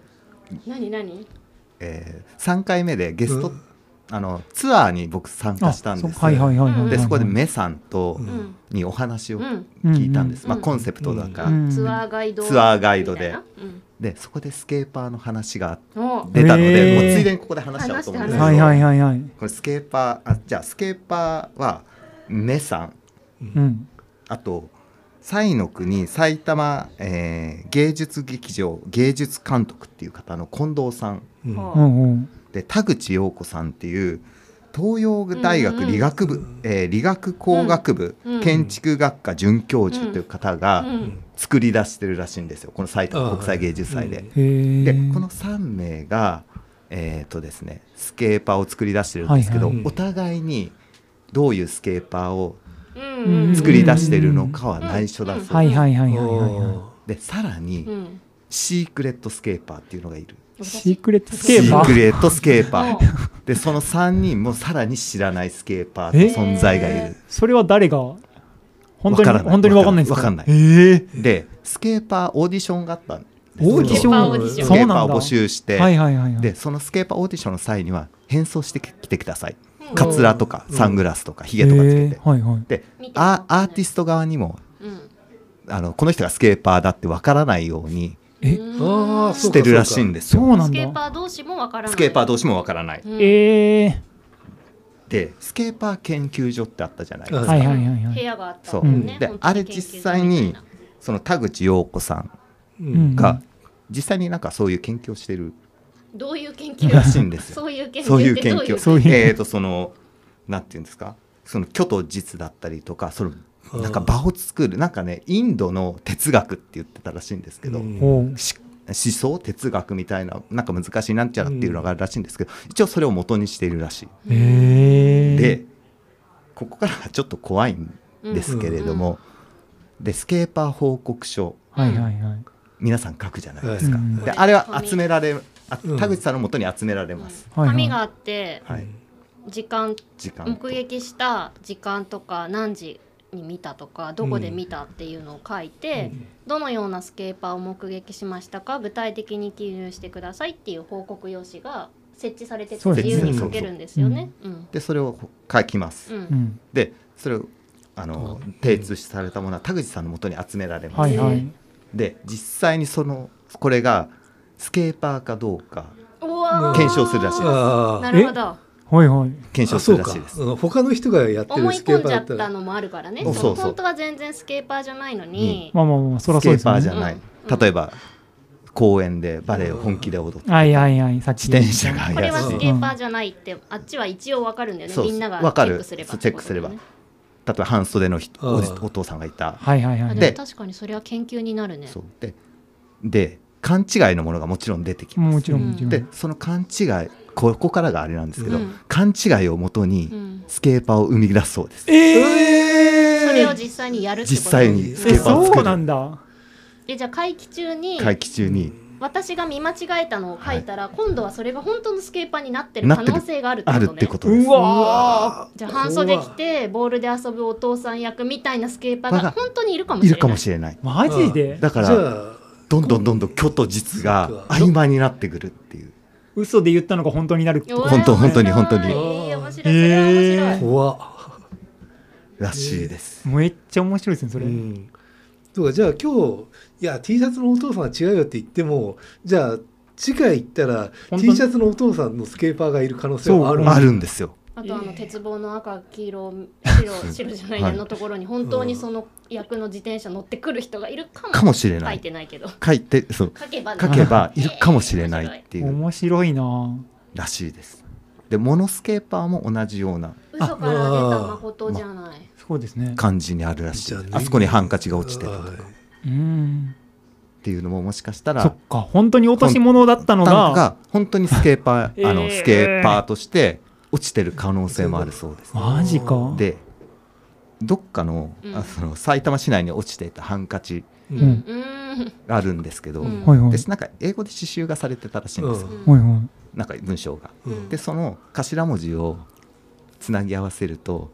3回目でゲストツアーに僕参加したんです。でそこでメさんとにお話を聞いたんです。コンセプトだからツアーガイドで、でそこでスケーパーの話が出たので、もうついでにここで話しちゃおうと思うんですけど、これスケーパーじゃあスケーパーはメさん、あと彩の国埼玉、芸術劇場芸術監督っていう方の近藤さん、で田口陽子さんっていう東洋大学理学部、理学工学部、建築学科准教授という方が作り出してるらしいんですよ、この埼玉国際芸術祭で。でこの3名がですね、スケーパーを作り出してるんですけど、お互いにどういうスケーパーを作り出してるのかは内緒だそうで、さらにシークレットスケーパーっていうのがいる。 シークレットスケーパーで、その3人もさらに知らないスケーパーの存在がいる。 それは誰が本当に分かんないんですか？ 分かんない。でスケーパーオーディションがあったんです。 オーディション、 スケーパーを募集して、でそのスケーパーオーディションの際には変装してきてください。カツラとかサングラスとかヒゲとかつけて、でアーティスト側にもこの人がスケーパーだって分からないようにしてるらしいんですよ。 スケーパー同士もわからない。 スケーパー同士もわからない。でスケーパー研究所ってあったじゃないですか。 部屋があったもんね。 であれ実際にその田口陽子さんが実際になんかそういう研究をしてる。 どういう研究らしいんですよ。 そういう研究。 そのなんていうんですか。その虚と実だったりとか、そのなんか場を作る、なんかねインドの哲学って言ってたらしいんですけど、思想哲学みたいな、なんか難しいなんちゃらっていうのがあるらしいんですけど、一応それを元にしているらしい。でここからはちょっと怖いんですけれども、でスケーパー報告書、皆さん書くじゃないですか。であれは集められ、田口さんの元に集められます。 紙があって、時間目撃した時間とか何時に見たとかどこで見たっていうのを書いて、どのようなスケーパーを目撃しましたか具体的に記入してくださいっていう報告用紙が設置されてて自由に書けるんですよね。 でそれを書きます、でそれを提出されたものは田口さんの元に集められます、で実際にこれがスケーパーかどうか検証するらしいです。 なるほど、 検証するらしいです。 他の人がやってるスケーパーだったら思い込んじゃったのもあるからね。本当は全然スケーパーじゃないのに、 スケーパーじゃない、例えば公園でバレエを本気で踊って自転車がこれはスケーパーじゃないってあっちは一応わかるんだよね。みんながチェックすれば、 チェックすれば、例えば半袖のお父さんがいた。 で確かにそれは研究になるね。 で勘違いのものがもちろん出てきます。 もちろんでその勘違い、ここからがあれなんですけど、勘違いをもとにスケーパーを生み出すそうです。 それを実際にやるってこと？ 実際にスケーパーを作る。 そうなんだ。 じゃあ会期中に私が見間違えたのを書いたら、今度はそれが本当のスケーパーになってる可能性があるってことね。 うわじゃあ半袖着てボールで遊ぶお父さん役みたいなスケーパーが本当にいるかもしれない。 マジで？ だからどんどん虚と実が曖昧になってくるっていう。 嘘で言ったのが本当になるってこと。 本当に面白い。 怖っらしいです。 めっちゃ面白いですねそれ。 そうか、じゃあ今日いや T シャツのお父さんは違うよって言っても、じゃあ次回行ったら T シャツのお父さんのスケーパーがいる可能性はあるんですよ。 あと鉄棒の赤黄色白じゃないねのところに本当にその役の自転車乗ってくる人がいるかもしれない。書いてないけど書けばいるかもしれないっていう面白いならしいです。でモノスケーパーも同じような嘘から出た誠じゃない、 そうですね、 感じにあるらしい。あそこにハンカチが落ちてたとかっていうのももしかしたら、 そっか本当に落とし物だったのが本当にスケーパースケーパーとして落ちてる可能性もあるそうです。 マジか。 でどっかの、埼玉市内に落ちていたハンカチがあるんですけど、でなんか英語で刺繍がされてたらしいんですよ、なんか文章が、でその頭文字をつなぎ合わせると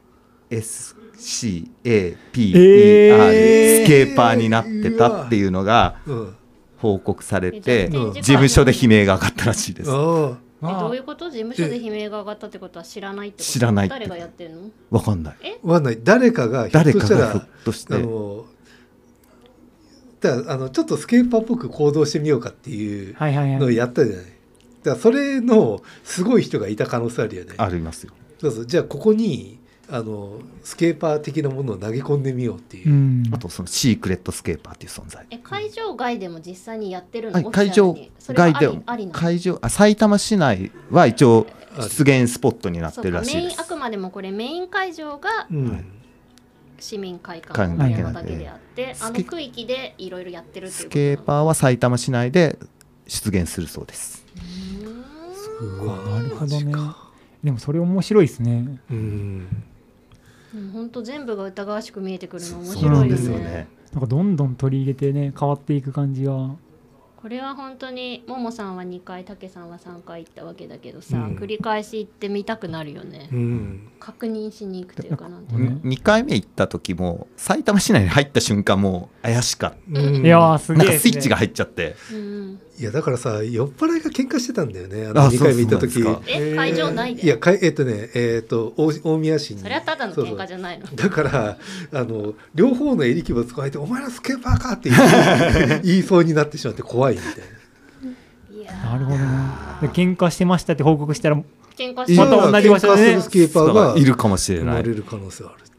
SCAPER、スケーパーになってたっていうのが報告されて、事務所で悲鳴が上がったらしいです。 どういうこと？事務所で悲鳴が上がったってことは知らないってこと？ 知らない。 誰がやってるの？ わかんない。 誰かがひょっとしたらちょっとスケーパーっぽく行動してみようかっていうのをやったじゃない。だからそれのすごい人がいた可能性あるよね。 ありますよ。 そうじゃあここにスケーパー的なものを投げ込んでみようっていう、 あとそのシークレットスケーパーっていう存在。 会場外でも実際にやってるの？ 会場外で埼玉市内は一応出現スポットになってるらしいです。 あくまでもこれメイン会場が市民会館のだけであって、区域でいろいろやってるっていうこと。 スケーパーは埼玉市内で出現するそうです。 なるほどね。でもそれ面白いですね。 本当全部が疑わしく見えてくるの面白いですよね。 なんかどんどん取り入れてね変わっていく感じが。 これは本当にももさんは2回たけさんは3回行ったわけだけどさ、繰り返し行ってみたくなるよね、確認しに行くというかなんていう 2回目行った時も埼玉市内に入った瞬間もう怪しかった、 いやすげえ、 なんかスイッチが入っちゃって、 いやだからさ酔っ払いが喧嘩してたんだよね2回目行った時。 会場内で？ いや大宮市に。 それはただの喧嘩じゃないの？ だから両方の襟気を使えてお前らスケーパーかって言いそうになってしまって怖いみたいな。なるほどね。喧嘩してましたって報告したら喧嘩してまた同じ場所でねスケーパーがいるかもしれない。 生まれる可能性があるって。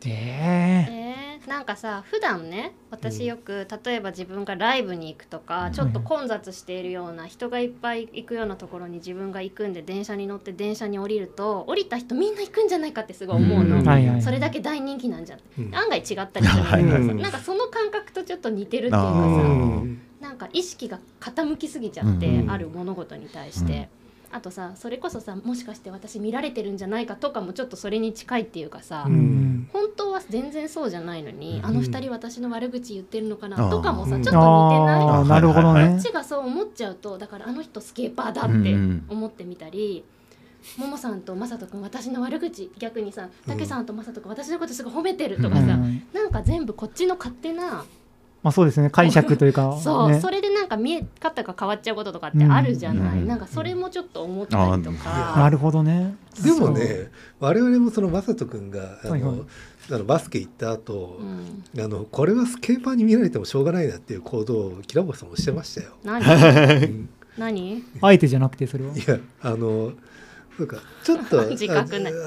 なんかさ普段ね私よく例えば自分がライブに行くとか、ちょっと混雑しているような人がいっぱい行くようなところに自分が行くんで電車に乗って電車に降りると降りた人みんな行くんじゃないかってすごい思うの、それだけ大人気なんじゃん、案外違ったりするんだけどさ、なんかその感覚とちょっと似てるっていうかさ、なんか意識が傾きすぎちゃって、ある物事に対して、あとさそれこそさもしかして私見られてるんじゃないかとかもちょっとそれに近いっていうかさ、本当は全然そうじゃないのに、あの二人私の悪口言ってるのかなとかもさちょっと似てない？ なるほどね。 こっちがそう思っちゃうとだからあの人スケーパーだって思ってみたり、 ももさんとまさとくん私の悪口、逆にさたけさんとまさとくん私のことすごい褒めてるとかさ、なんか全部こっちの勝手な、 まあそうですね、解釈というかそう、 ね、 それでなんか見え方が変わっちゃうこととかってあるじゃない、なんかそれもちょっと思ったりとか、 なるほどね。 でもね、我々もそのまさとくんがバスケ行った後、これはスケーパーに見られてもしょうがないなっていう行動をキラボさんもしてましたよ。 何あえてじゃなくてそれは。 いやそうかちょっと自覚ない。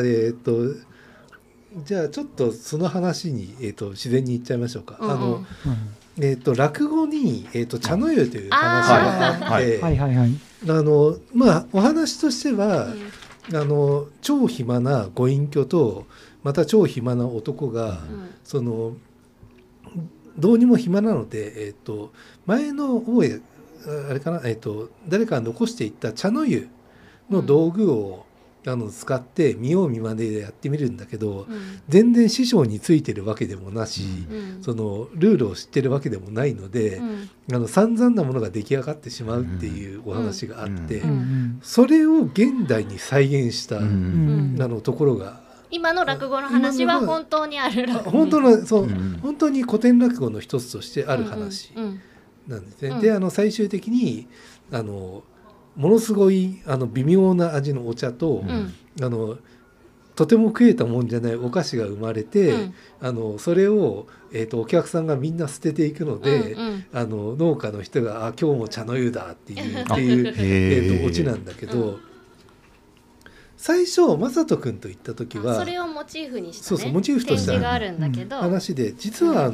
じゃあちょっとその話に自然に言っちゃいましょうか。落語に茶の湯という話があって、まあお話としては、超暇なご隠居とまた超暇な男が、そのどうにも暇なので、前のあれかな、誰かが残していった茶の湯の道具を使って見よう見まねでやってみるんだけど、全然師匠についてるわけでもなし、そのルールを知ってるわけでもないので、散々なものが出来上がってしまうっていうお話があって、それを現代に再現した、ところが今の落語の話は本当にある本当に古典落語の一つとしてある話なんですね。で最終的にものすごい微妙な味のお茶と、とても食えたもんじゃないお菓子が生まれて、それを、お客さんがみんな捨てていくので、農家の人が今日も茶の湯だっていうオチなんだけど、最初まさとくんと行った時はそれをモチーフにした、ね、 モチーフとした展示があるんだけど、 話で、実は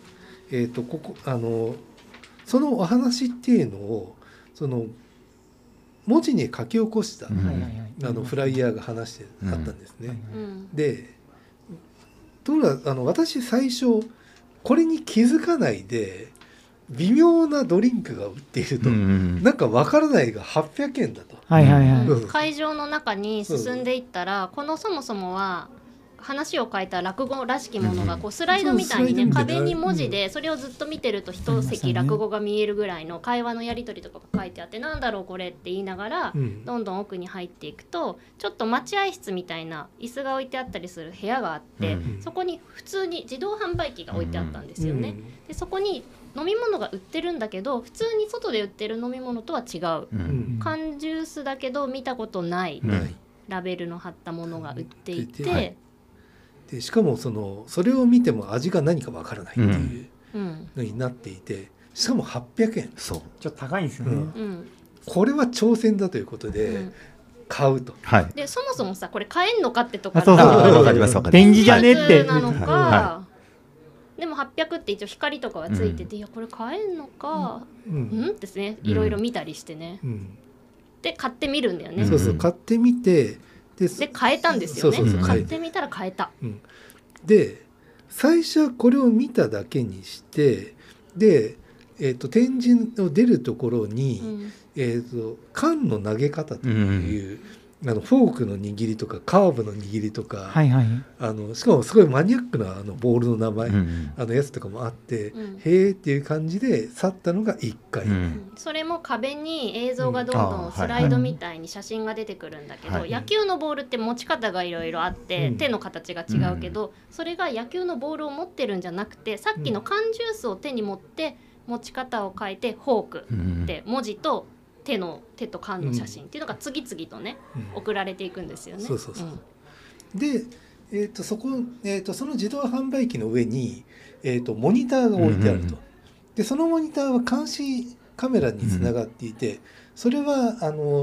そのお話っていうのをその文字に書き起こした、フライヤーが話してあったんですね。でところが私最初これに気づかないで微妙なドリンクが売っていると、なんかわからないが800円だと、 会場の中に進んでいったら、このそもそもは話を書いた落語らしきものがこうスライドみたいにね、壁に文字でそれをずっと見てると一席落語が見えるぐらいの会話のやり取りとかが書いてあって、なんだろうこれって言いながらどんどん奥に入っていくと、ちょっと待合室みたいな椅子が置いてあったりする部屋があって、そこに普通に自動販売機が置いてあったんですよね。でそこに飲み物が売ってるんだけど、普通に外で売ってる飲み物とは違う、缶ジュースだけど見たことないラベルの貼ったものが売っていて、 でしかもそれを見ても味が何かわからないっていうのになっていて、しかも800円、 ちょっと高いんですよね。 これは挑戦だということで買うと、 でそもそもさこれ買えんのかってとか展示じゃねってなのか、でも800って一応光とかはついてて、いやこれ買えんのかですね、いろいろ見たりしてね、で買ってみるんだよね。 買ってみて、 で変えたんですよね。買ってみたら変えた。 で最初はこれを見ただけにして、で、展示を出るところに、缶の投げ方という、フォークの握りとかカーブの握りとか、しかもすごいマニアックなボールの名前、やつとかもあって、へーっていう感じで去ったのが1回、 それも壁に映像がどんどんスライドみたいに写真が出てくるんだけど、野球のボールって持ち方がいろいろあって、手の形が違うけど、それが野球のボールを持ってるんじゃなくて、さっきの缶ジュースを手に持って持ち方を変えてフォークって文字と手と缶の写真っていうのが次々とね、送られていくんですよね。 で、その自動販売機の上に、モニターが置いてあると。でそのモニターは監視カメラにつながっていて、それは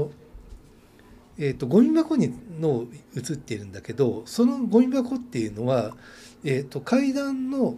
ゴミ箱にの映っているんだけど、そのゴミ箱っていうのは、階段の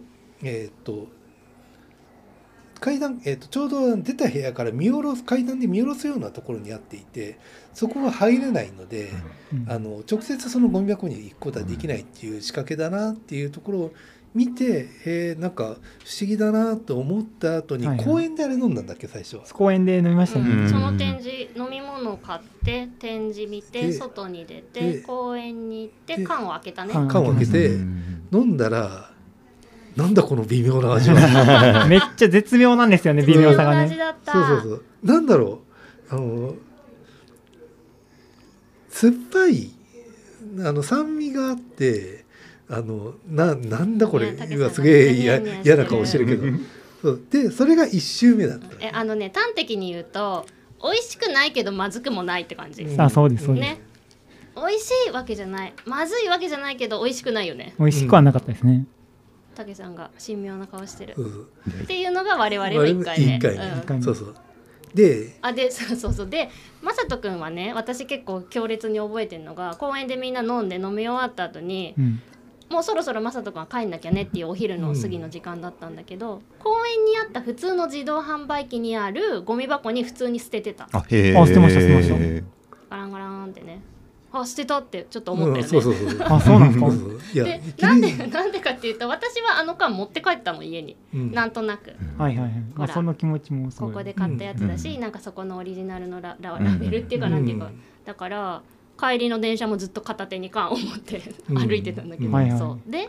ちょうど出た部屋から階段で見下ろすようなところにあっていて、そこは入れないので、直接そのゴミ箱に行くことはできないっていう仕掛けだなっていうところを見て、なんか不思議だなと思った後に、公園であれ飲んだんだっけ最初は。 公園で飲みましたね。 その展示飲み物を買って展示見て外に出て公園に行って缶を開けたね。 缶を開けて飲んだら、なんだこの微妙な味はめっちゃ絶妙なんですよね、微妙さがね。 なんだろう、 酸っぱい酸味があってなんだこれ、今すげえ嫌な顔してるけどそうでそれが1周目だった。 端的に言うと美味しくないけどまずくもないって感じ。 そうですそうです、 ね、美味しいわけじゃないまずいわけじゃないけど美味しくないよね。 美味しくはなかったですね。 たけさんが神妙な顔してるっていうのが我々の1回目。 そうそうでそうでまさとくんはね、私結構強烈に覚えてるのが、公園でみんな飲み終わった後に、もうそろそろまさとくんは帰んなきゃねっていうお昼の過ぎの時間だったんだけど、公園にあった普通の自動販売機にあるゴミ箱に普通に捨ててた。 捨てましたガランガランってね、捨てたってちょっと思ったよね。 そうなんですか。 でなんでかっていうと、私は缶持って帰ったの家に、なんとなくその気持ちもここで買ったやつだし、なんかそこのオリジナルのラベルっていうかなんていうか、だから帰りの電車もずっと片手に缶を持って歩いてたんだけど、で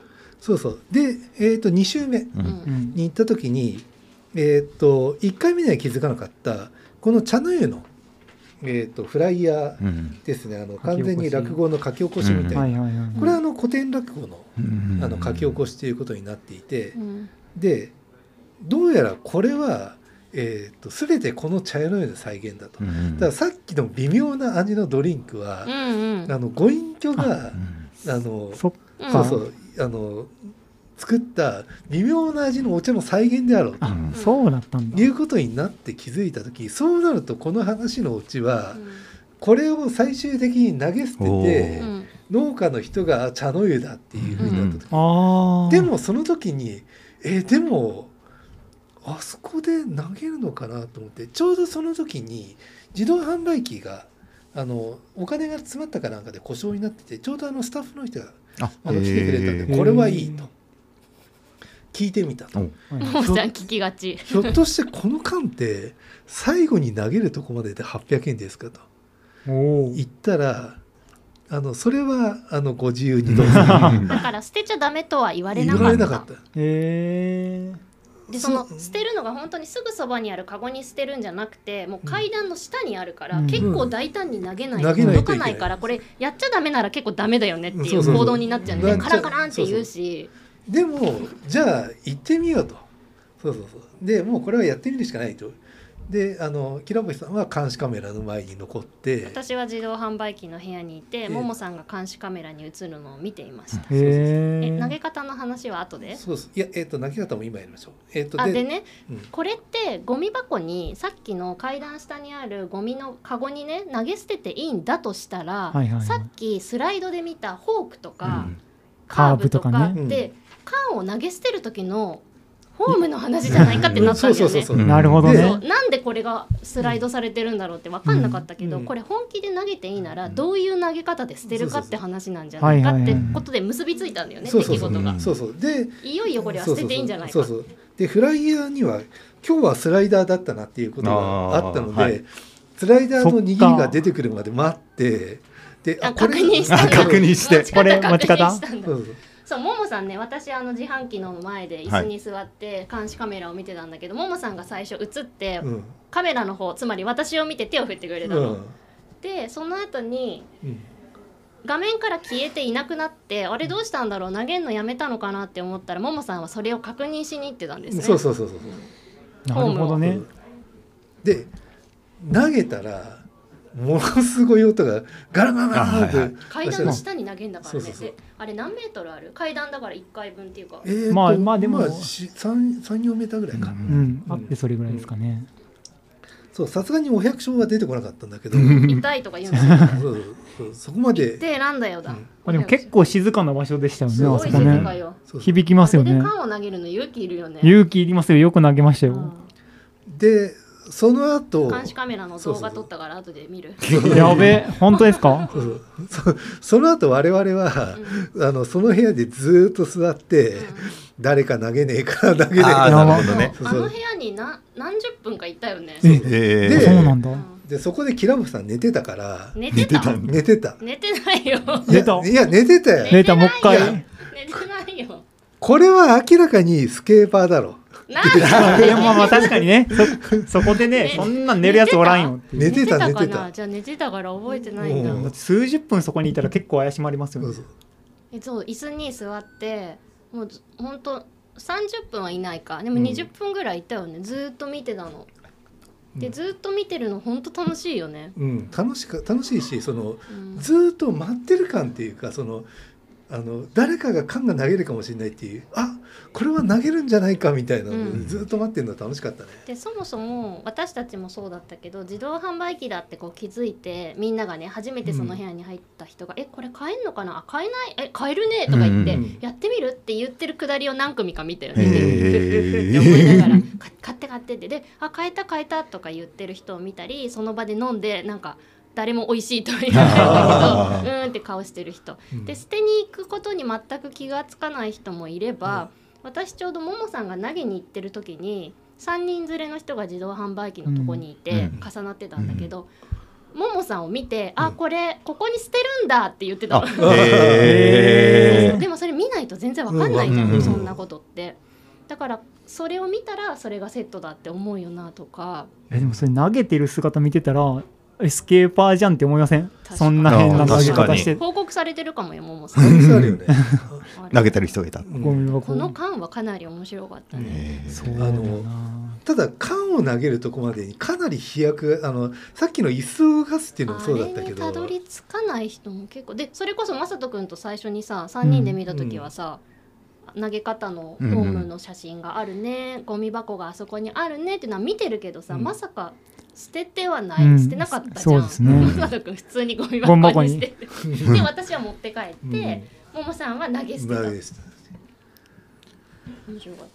2周目に行った時に、1回目には気づかなかったこの茶の湯のフライヤーですね、完全に落語の書き起こしみたいな、これは古典落語の書き起こしということになっていて、でどうやらこれは全てこの茶の湯の再現だと。だからさっきの微妙な味のドリンクは、ご隠居が作った微妙な味のお茶の再現であろうと、 そうだったんだいうことになって気づいた時、そうなるとこの話のオチは、これを最終的に投げ捨てて、農家の人が茶の湯だっていうふうになった時、でもその時にでもあそこで投げるのかなと思って、ちょうどその時に自動販売機がお金が詰まったかなんかで故障になってて、ちょうどスタッフの人が来てくれたんで、これはいいと聞いてみたと。 ももちゃん聞きがち。 ひょっとしてこの缶って最後に投げるとこまでで800円ですかと言ったら、それはご自由にどうぞ。だから捨てちゃダメとは言われなかった。で捨てるのが本当にすぐそばにあるカゴに捨てるんじゃなくて、もう階段の下にあるから、結構大胆に投げないと届かないから、これやっちゃダメなら結構ダメだよねっていう行動になっちゃうんで、カランカランって言うし、 でもじゃあ行ってみようと。でもうこれはやってみるしかないと。できらぼしさんは監視カメラの前に残って、 私は自動販売機の部屋にいて、ももさんが監視カメラに映るのを見ていました。投げ方の話は後で。 そうです。いや投げ方も今やりましょう。 でね、これってゴミ箱にさっきの階段下にあるゴミのカゴにね投げ捨てていいんだとしたら、さっきスライドで見たフォークとか、カーブとかで、缶を投げ捨てる時のホームの話じゃないかってなったんだよね。 なるほどね。 なんでこれがスライドされてるんだろうって分かんなかったけど、これ本気で投げていいならどういう投げ方で捨てるかって話なんじゃないかってことで結びついたんだよね、出来事が。でいよいよこれは捨てていいんじゃないか。 でフライヤーには今日はスライダーだったなっていうことがあったので、スライダーの握りが出てくるまで待って、で確認してこれ持ち方。 そう、ももさんね、私自販機の前で椅子に座って監視カメラを見てたんだけど、ももさんが最初映って、カメラの方、つまり私を見て手を振ってくれたの。でその後に、画面から消えていなくなって、あれどうしたんだろう、投げるのやめたのかなって思ったら、ももさんはそれを確認しに行ってたんですね。 そうなるほどね。 で投げたらものすごい音がガラガラガラって、 階段の下に投げんだからね。あれ何メートルある？階段だから1階分っていうか、 まあでも 3、4メーターぐらいか、 あってそれぐらいですかね。 そう、さすがにお百姓は出てこなかったんだけど、 痛いとか言うんですよね。 そこまでで選んだよだ。 でも結構静かな場所でしたよね。あそこね。響きますよね。 で缶を投げるの勇気いるよね。 勇気いりますよ。よく投げましたよ。 でその後監視カメラの動画撮ったから後で見る。 やべ、本当ですか？ その後我々は、その部屋でずっと座って、誰か投げねえか投げねえか。 あの部屋に何十分かいたよね。 で、 そうなんだ。 でそこでキラブさん寝てたから。 寝てた。 寝てた。 寝てないよ。 いや寝てたよ。 寝たもう一回。 寝てないよ。 これは明らかにスケーパーだろ。 まあ確かにね、そこでね、そんな寝るやつおらんよっていう。 寝てたかな。じゃあ寝てたから覚えてないんだ。 だって数十分そこにいたら結構怪しまれますよね。 そう椅子に座ってもうほんと30分はいないか、でも20分ぐらいいたよね、ずっと見てたので、ずっと見てるの本当楽しいよね。 楽しいし、ずっと待ってる感っていうか、誰かが缶が投げるかもしれないっていう、これは投げるんじゃないかみたいなので、ずっと待ってるの楽しかったね。 でそもそも私たちもそうだったけど、自動販売機だってこう気づいて、みんながね初めてその部屋に入った人が、これ買えんのかな、買えない、買えるねとか言って、やってみるって言ってるくだりを何組か見てるんで、って思いながら買ってってで、買えたとか言ってる人を見たり、その場で飲んでなんか誰も美味しいとは言わないんだけどって顔してる人、で捨てに行くことに全く気がつかない人もいれば、私ちょうどももさんが投げに行ってる時に3人連れの人が自動販売機のとこにいて重なってたんだけど、ももさんを見て、これここに捨てるんだって言ってたの。でもそれ見ないと全然わかんないじゃん、そんなことって。だからそれを見たらそれがセットだって思うよなとか。 でもそれ投げてる姿見てたらエスケーパーじゃんって思いません？そんな変な投げ方して。 報告されてるかもよ、ももさん。 投げてる人がいた。この缶はかなり面白かったね。 ただ缶を投げるとこまでにかなり飛躍が、さっきの椅子を動かすっていうのもそうだったけど、 あれにたどり着かない人も結構で、それこそまさとくんと最初にさ3人で見た時はさ、投げ方のフォームの写真があるね、ゴミ箱があそこにあるねっていうのは見てるけどさ、まさか捨ててはない、捨てなかったじゃん。まさとくん普通にゴミ箱に捨ててで私は持って帰って、ももさんは投げ捨てた。面白かった。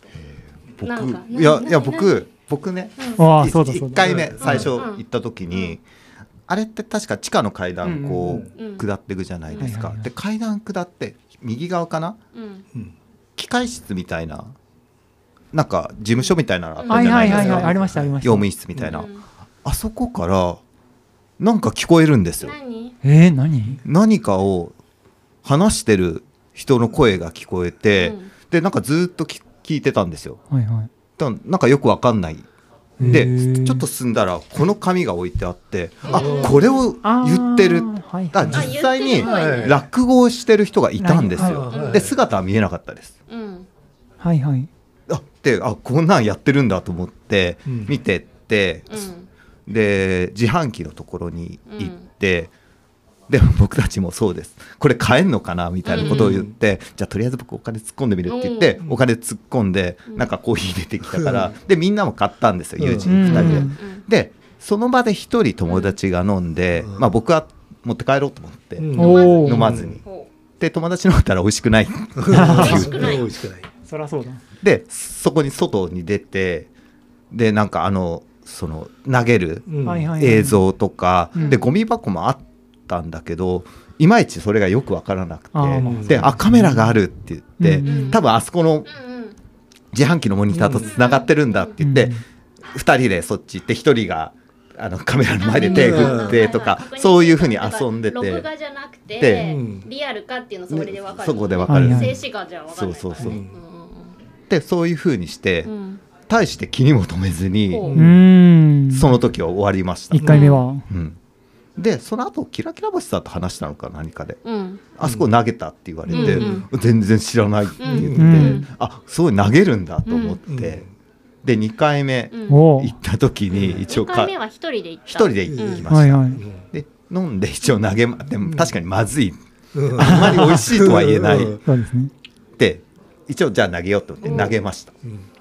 僕ね、 1 回目最初行った時に、あれって確か地下の階段こう下っていくじゃないですか。で階段下って右側かな、機械室みたいな、なんか事務所みたいなのあったじゃないですか。 ありました用務員室みたいな、あそこからなんか聞こえるんですよ。何かを話してる人の声が聞こえて、でなんかずっと聞いてたんですよ。なんかよくわかんない。でちょっと進んだらこの紙が置いてあって、これを言ってる。実際に落語をしてる人がいたんですよ。で姿は見えなかったです。でこんなんやってるんだと思って見てって、で自販機のところに行って、でも僕たちもそうです、これ買えんのかなみたいなことを言って、じゃあとりあえず僕お金突っ込んでみるって言って、お金突っ込んでなんかコーヒー出てきたから、でみんなも買ったんですよ、友人2人で。でその場で1人友達が飲んで、僕は持って帰ろうと思って飲まずに、で友達の方ら美味しくないって言って、 そりゃそうだ。 でそこに外に出て、でなんかその投げる映像とかでゴミ箱もあったんだけど、いまいちそれがよく分からなくて、でカメラがあるって言って、多分あそこの自販機のモニターとつながってるんだって言って、2人でそっち行って、1人がカメラの前で手振ってとか、そういうふうに遊んでて、 録画じゃなくてリアルかっていうのそれで分かる。 そこで分かる。 静止画じゃ分かんないからね。 でそういうふうにして大して気にも留めずにその時は終わりました。 1回目は。 でその後キラキラ星さんと話したのか何かで、あそこ投げたって言われて、全然知らないって言って、すごい投げるんだと思って、で2回目行った時に一応 2回目は1人で行った。 1人で行きました。で飲んで一応投げでも確かにまずい、あんまり美味しいとは言えない。で一応じゃあ投げようと思って投げました。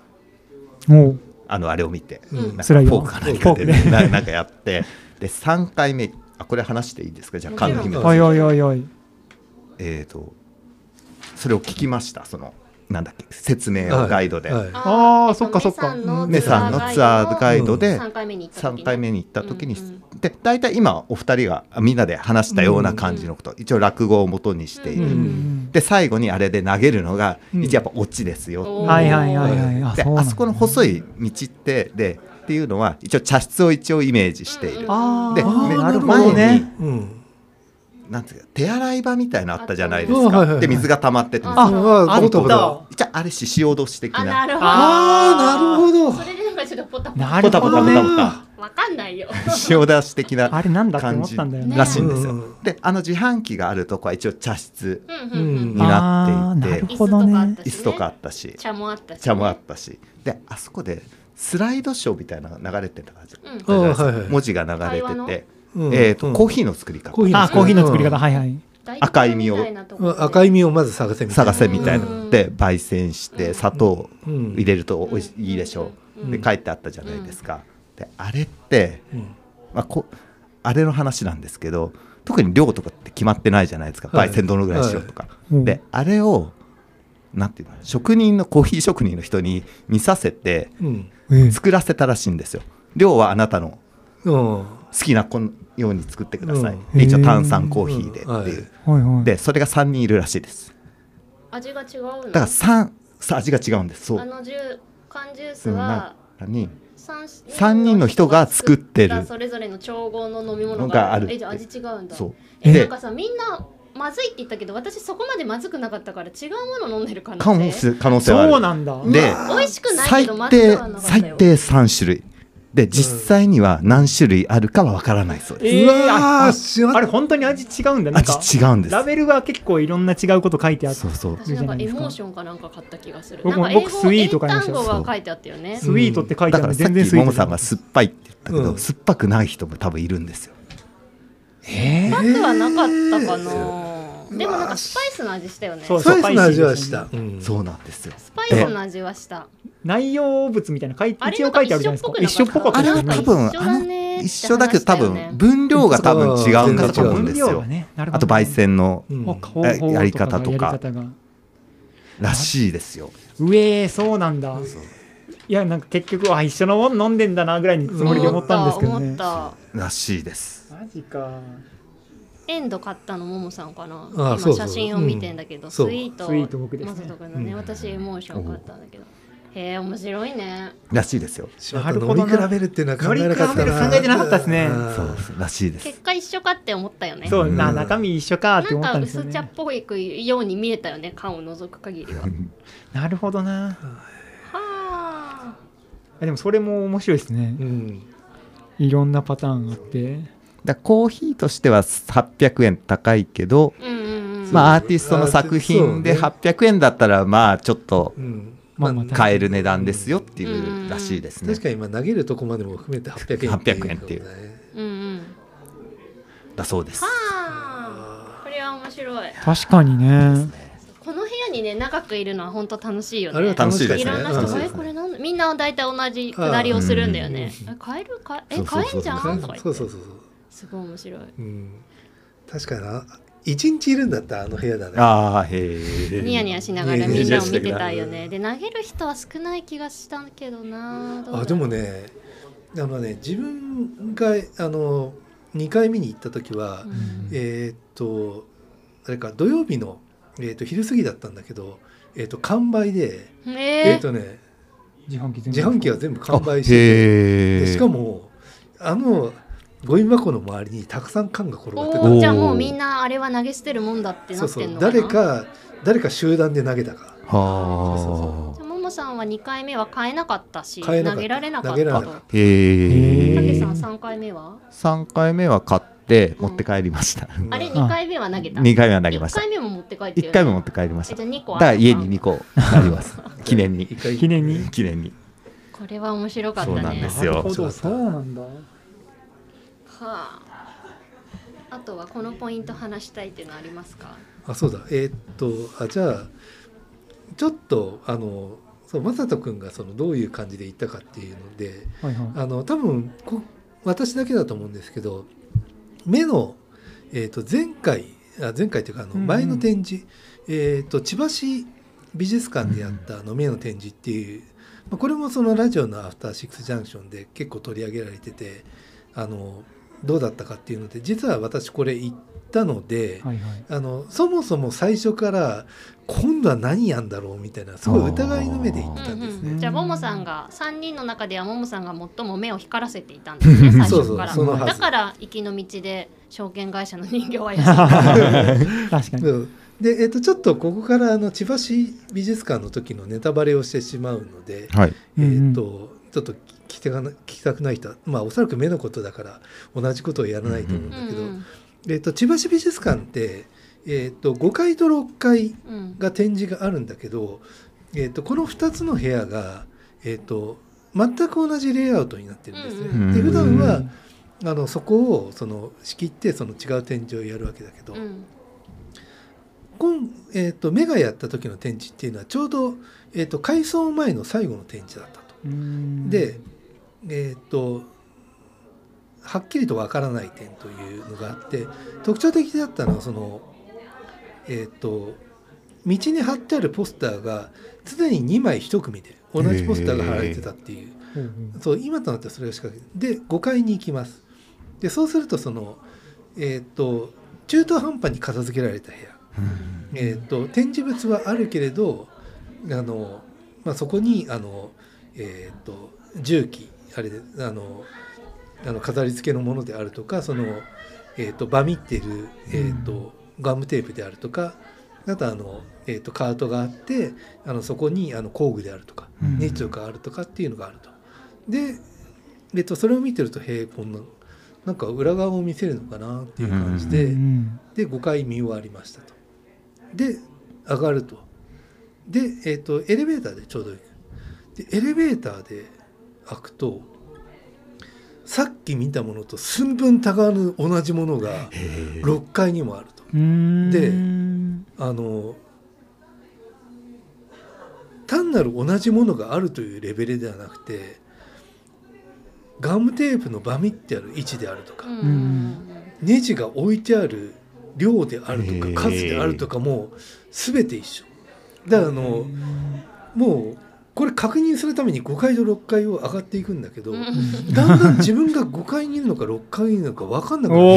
あれを見て、なんかフォークか何かでなんかやって、で3回目、これ話していいですか？じゃあ缶の秘密。それを聞きました。そのなんだっけ、説明をガイドで。 そっかそっか。 メさんのツアーガイドで3回目に行った時に、で大体今お二人がみんなで話したような感じのこと、一応落語を元にしている。で最後にあれで投げるのが一応やっぱオチですよ。であそこの細い道ってっていうのは一応茶室を一応イメージしている。で前になんていうか手洗い場みたいなのあったじゃないですか、 はいはいはい、 で水が溜まってて、 あったじゃあれ獅子落とし的な。 なるほど。 なるほど。 それでなんかちょっとポタポタなるほどね。 わかんないよ。 塩出し的なあれなんだって思ったんだよね。 らしいんですよ。 うん、 で自販機があるとこは一応茶室になっていて、 なるほどね。 椅子とかあったし、 茶もあったし、 茶もあったし、であそこでスライドショーみたいなのが流れてた感じ、文字が流れてて、コーヒーの作り方、 コーヒーの作り方、はいはい。 赤い実をまず探せみたいなで焙煎して砂糖入れるとおいしいでしょう、で書いてあったじゃないですか。であれって、あれの話なんですけど、特に量とかって決まってないじゃないですか、焙煎どのぐらいしようとか、であれをなんていうの、コーヒー職人の人に見させて作らせたらしいんですよ。量はあなたの好きなように作ってください、で一応炭酸コーヒーでっていう、でそれが3人いるらしいです。 味が違うのだから味が違うんです。そう缶ジュースは 3人の人が作ってるそれぞれの調合の飲み物がある。じゃあ味違うんだ。なんかさ、みんなまずいって言ったけど、私そこまでまずくなかったから違うもの飲んでる可能性はある。 そうなんだ。 で美味しくないけどまずくはなかったよ。 最低3種類で、実際には何種類あるかはわからないそうです。 あれ本当に味違うんだ。なんか味違うんです。 ラベルは結構いろんな違うこと書いてあって、 私なんかエモーションかなんか買った気がする。 僕スイート買いました。 英単語が書いてあったよね。 スイートって書いてある。 だからさっきももさんが酸っぱいって言ったけど、酸っぱくない人も多分いるんですよ。 酸っぱくはなかったかな。でもなんかスパイスの味したよね。 スパイスの味はした。 そうなんですよ。 スパイスの味はした。 内容物みたいな一応書いてあるじゃないですか。一緒っぽかった。 あれは多分一緒だけど多分分量が多分違うんだと思うんですよ。あと焙煎のやり方とからしいですよ。 そうなんだ。いやなんか結局一緒のもの飲んでんだなぐらいにつもりで思ったんですけどね。 らしいです。 マジか。 エンド買ったのももさんかな。今写真を見てんだけど、スイート僕ですね。 まずとかのね、私エモーション買ったんだけど。へえ、面白いね。 らしいですよ。 なるほど。飲み比べるっていうのは考えなかったな。 考えてなかったですね。 そうらしいです。 結果一緒かって思ったよね。 そう、中身一緒かって思ったんですよね。 なんか薄茶っぽいように見えたよね、缶を除く限りは。 なるほどな。 はあ。 でもそれも面白いですね。いろんなパターンがあって。 コーヒーとしては800円高いけど、アーティストの作品で800円だったらまあちょっと買える値段ですよっていうらしいですね。 確かに今投げるとこまでも含めて800円っていうだそうです。 はあ、これは面白い。 確かにね。 この部屋にね長くいるのは本当楽しいよね。 あれは楽しいですね。 いろんな人がこれなんみんな大体同じくだりをするんだよね。買える買えんじゃんとか言って。すごい面白い。 確かにな。一日いるんだったあの部屋だね。 ニヤニヤしながらみんなを見てたよね。で投げる人は少ない気がしたけどな。 でもね、自分が2回目に行った時は、あれか土曜日の昼過ぎだったんだけど、完売で自販機は全部完売してて、しかもゴミ箱の周りにたくさん缶が転がってた。 じゃあもうみんなあれは投げ捨てるもんだってなってんのかな。 誰か集団で投げたか。 じゃあももさんは2回目は買えなかったし投げられなかったと。たけさん3回目は ？3回目は買って持って帰りました。 あれ2回目は投げた ？2回目は投げました。 1回目も持って帰って 1回目持って帰りました。 じゃあ2個だから家に2個あります。記念に。 これは面白かったね。 そうなんですよ。 そうなんだ。 はあとはこのポイント話したいっていうのありますか？ そうだ。じゃあちょっと正人君がどういう感じで行ったかっていうので、多分私だけだと思うんですけど、目の前回というか前の展示、千葉市美術館でやった目の展示っていう、これもラジオのアフターシックスジャンクションで結構取り上げられてて、 どうだったかっていうので、実は私これ行ったので、そもそも最初から今度は何やんだろうみたいなすごい疑いの目で行ったんですね。 じゃあももさんが3人の中ではももさんが最も目を光らせていたんですね、最初から。 そうだから行きの道で証券会社の人形は安い確かに。 でちょっとここから千葉市美術館の時のネタバレをしてしまうので、ちょっと聞きたくない人は、おそらく目のことだから同じことをやらないと思うんだけど、千葉市美術館って、5階と6階が展示があるんだけど、この2つの部屋が、全く同じレイアウトになってるんですね。で普段はそこを仕切って違う展示をやるわけだけど、目がやった時の展示っていうのはちょうど、改装前の最後の展示だったと。ではっきりとわからない点というのがあって、特徴的だったのは道に貼ってあるポスターが常に2枚1組で同じポスターが貼られてたっていう、そう今となってはそれが仕掛けで5階に行きます。でそうすると中途半端に片付けられた部屋、展示物はあるけれどそこに重機あれで飾り付けのものであるとかバミってる、ガムテープであるとか、あとカートがあってそこに工具であるとかネットがあるとかっていうのがあると。で、それを見てるとこんななんか裏側を見せるのかなっていう感じで、で5回見終わりましたと。で上がると。で、エレベーターでちょうど行く。でエレベーターで開くとさっき見たものと寸分たがぬ同じものが6階にもあると。で単なる同じものがあるというレベルではなくて、ガムテープのバミってある位置であるとか、ネジが置いてある量であるとか数であるとかも全て一緒だからもうこれ確認するために5階と6階を上がっていくんだけど、だんだん自分が5階にいるのか6階にいるのか分かんなくなって、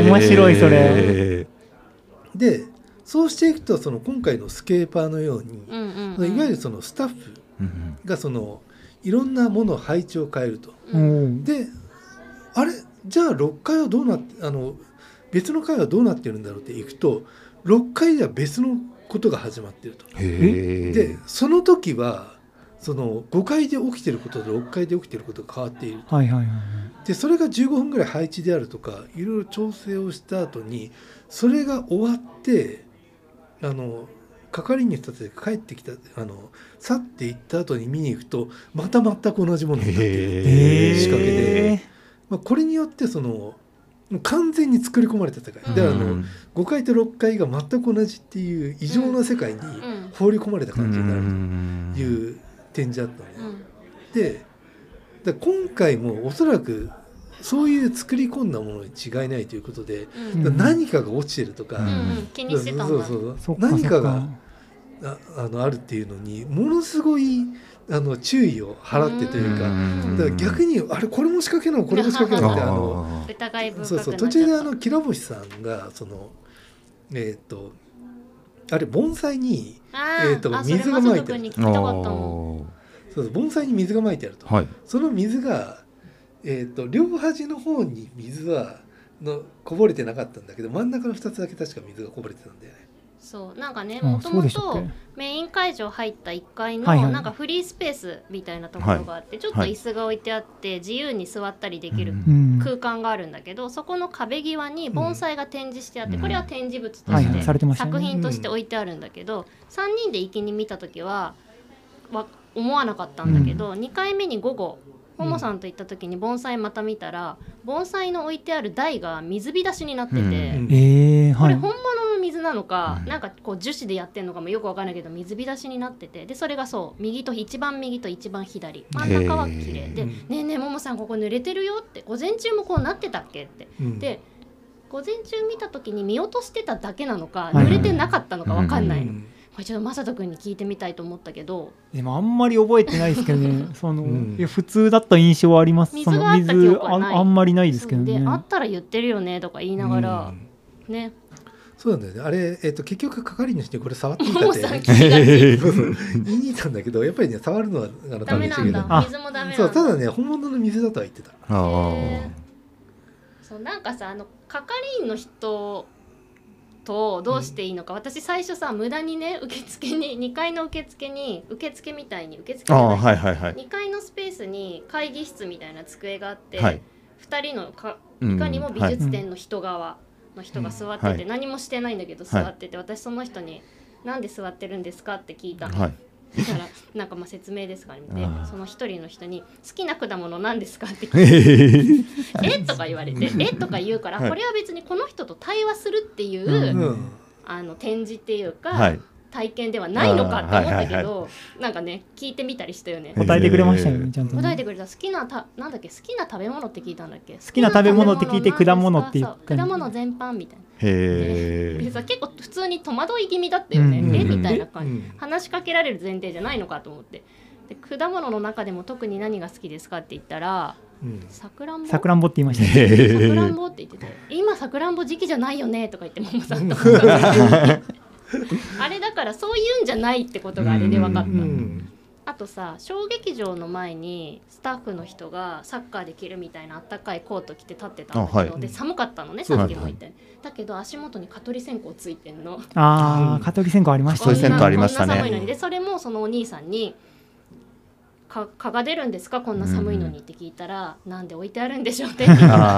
面白いそれでそうしていくと今回のスケーパーのように、いわゆるスタッフがいろんなものを配置を変えると、であれじゃあ6階はどうなって別の階はどうなってるんだろうっていくと6階では別のことが始まっていると。でその時は5階で起きていることと6階で起きていることが変わっていると、でそれが15分ぐらい配置であるとかいろいろ調整をした後にそれが終わって係員の人たちが帰ってきた去っていった後に見に行くとまた全く同じものになっている仕掛けで、これによって完全に作り込まれた世界だから5階と6階が全く同じっていう異常な世界に放り込まれた感じになるという展示だったので、今回もおそらくそういう作り込んだものに違いないということで、何かが落ちてるとか、 気にしてたんだ。 何かがあるっていうのにものすごい注意を払ってというか、だから逆にあれこれも仕掛けなのこれも仕掛けなのって疑い深くなっちゃった。 途中でキラボシさんがあれ盆栽に水がまいてある。盆栽に水がまいてあると、その水が両端の方に水はこぼれてなかったんだけど真ん中の2つだけ確か水がこぼれてたんだよね。 そうなんかね、もともとメイン会場入った1階のなんかフリースペースみたいなところがあって、ちょっと椅子が置いてあって自由に座ったりできる空間があるんだけど、そこの壁際に盆栽が展示してあって、これは展示物として作品として置いてあるんだけど、3人で行きに見た時は思わなかったんだけど、2回目に午後ももさんと行った時に盆栽また見たら盆栽の置いてある台が水浸しになってて、これ本物の水なのか、なんかこう樹脂でやってるのかもよく分からないけど水浸しになってて、でそれが右と一番右と一番左真ん中は綺麗で、ねえねえももさんここ濡れてるよって、午前中もこうなってたっけって、で午前中見た時に見落としてただけなのか濡れてなかったのか分かんないの、 これちょっと正人君に聞いてみたいと思ったけど、 でもあんまり覚えてないですけどねいや普通だった印象はあります。 水があった記憶はない。 あんまりないですけどね。 であったら言ってるよねとか言いながら、ね。 そうなんだよね。あれ、結局係の人にこれ触っていいかって言いに行ったんだけど、やっぱりね触るのはダメなんだ。水もダメなんだ。 そうただね本物の水だとは言ってた。 そうなんかさ係員の人とどうしていいのか、私最初さ無駄にね受付に2階の受付みたいに受付じゃない、2階のスペースに会議室みたいな机があって、2人のいかにも美術展の人側の人が座ってて、何もしてないんだけど座ってて、私その人になんで座ってるんですかって聞いたの。だからなんかまあ説明ですから見て、その一人の人に好きな果物なんですかって聞いてえとか言われてえとか言うから、これは別にこの人と対話するっていう、展示っていうか、体験ではないのかって思ったけど、なんかね聞いてみたりしたよね。 答えてくれましたよね。ちゃんと答えてくれた。なんだっけ好きな食べ物って聞いたんだっけ。 好きな食べ物って聞いて果物って言った。 果物全般みたいな。 でさ結構普通に戸惑い気味だったよね。みたいな感じ。話しかけられる前提じゃないのかと思って。で果物の中でも特に何が好きですかって言ったら、さくらんぼって言いましたね。さくらんぼって言ってて、今さくらんぼ時期じゃないよねとか言ってももさんとあれだからそういうんじゃないってことがあれで分かった。あとさ小劇場の前にスタッフの人がサッカーで着るみたいなあったかいコート着て立ってたんだけど、で寒かったのねさっきも言ったように。だけど足元に蚊取り線香ついてんの。 蚊取り線香ありましたね。 そういう銭湯ありましたね。 こんな寒いのに。でそれもそのお兄さんに蚊が出るんですかこんな寒いのにって聞いたら、なんで置いてあるんでしょうって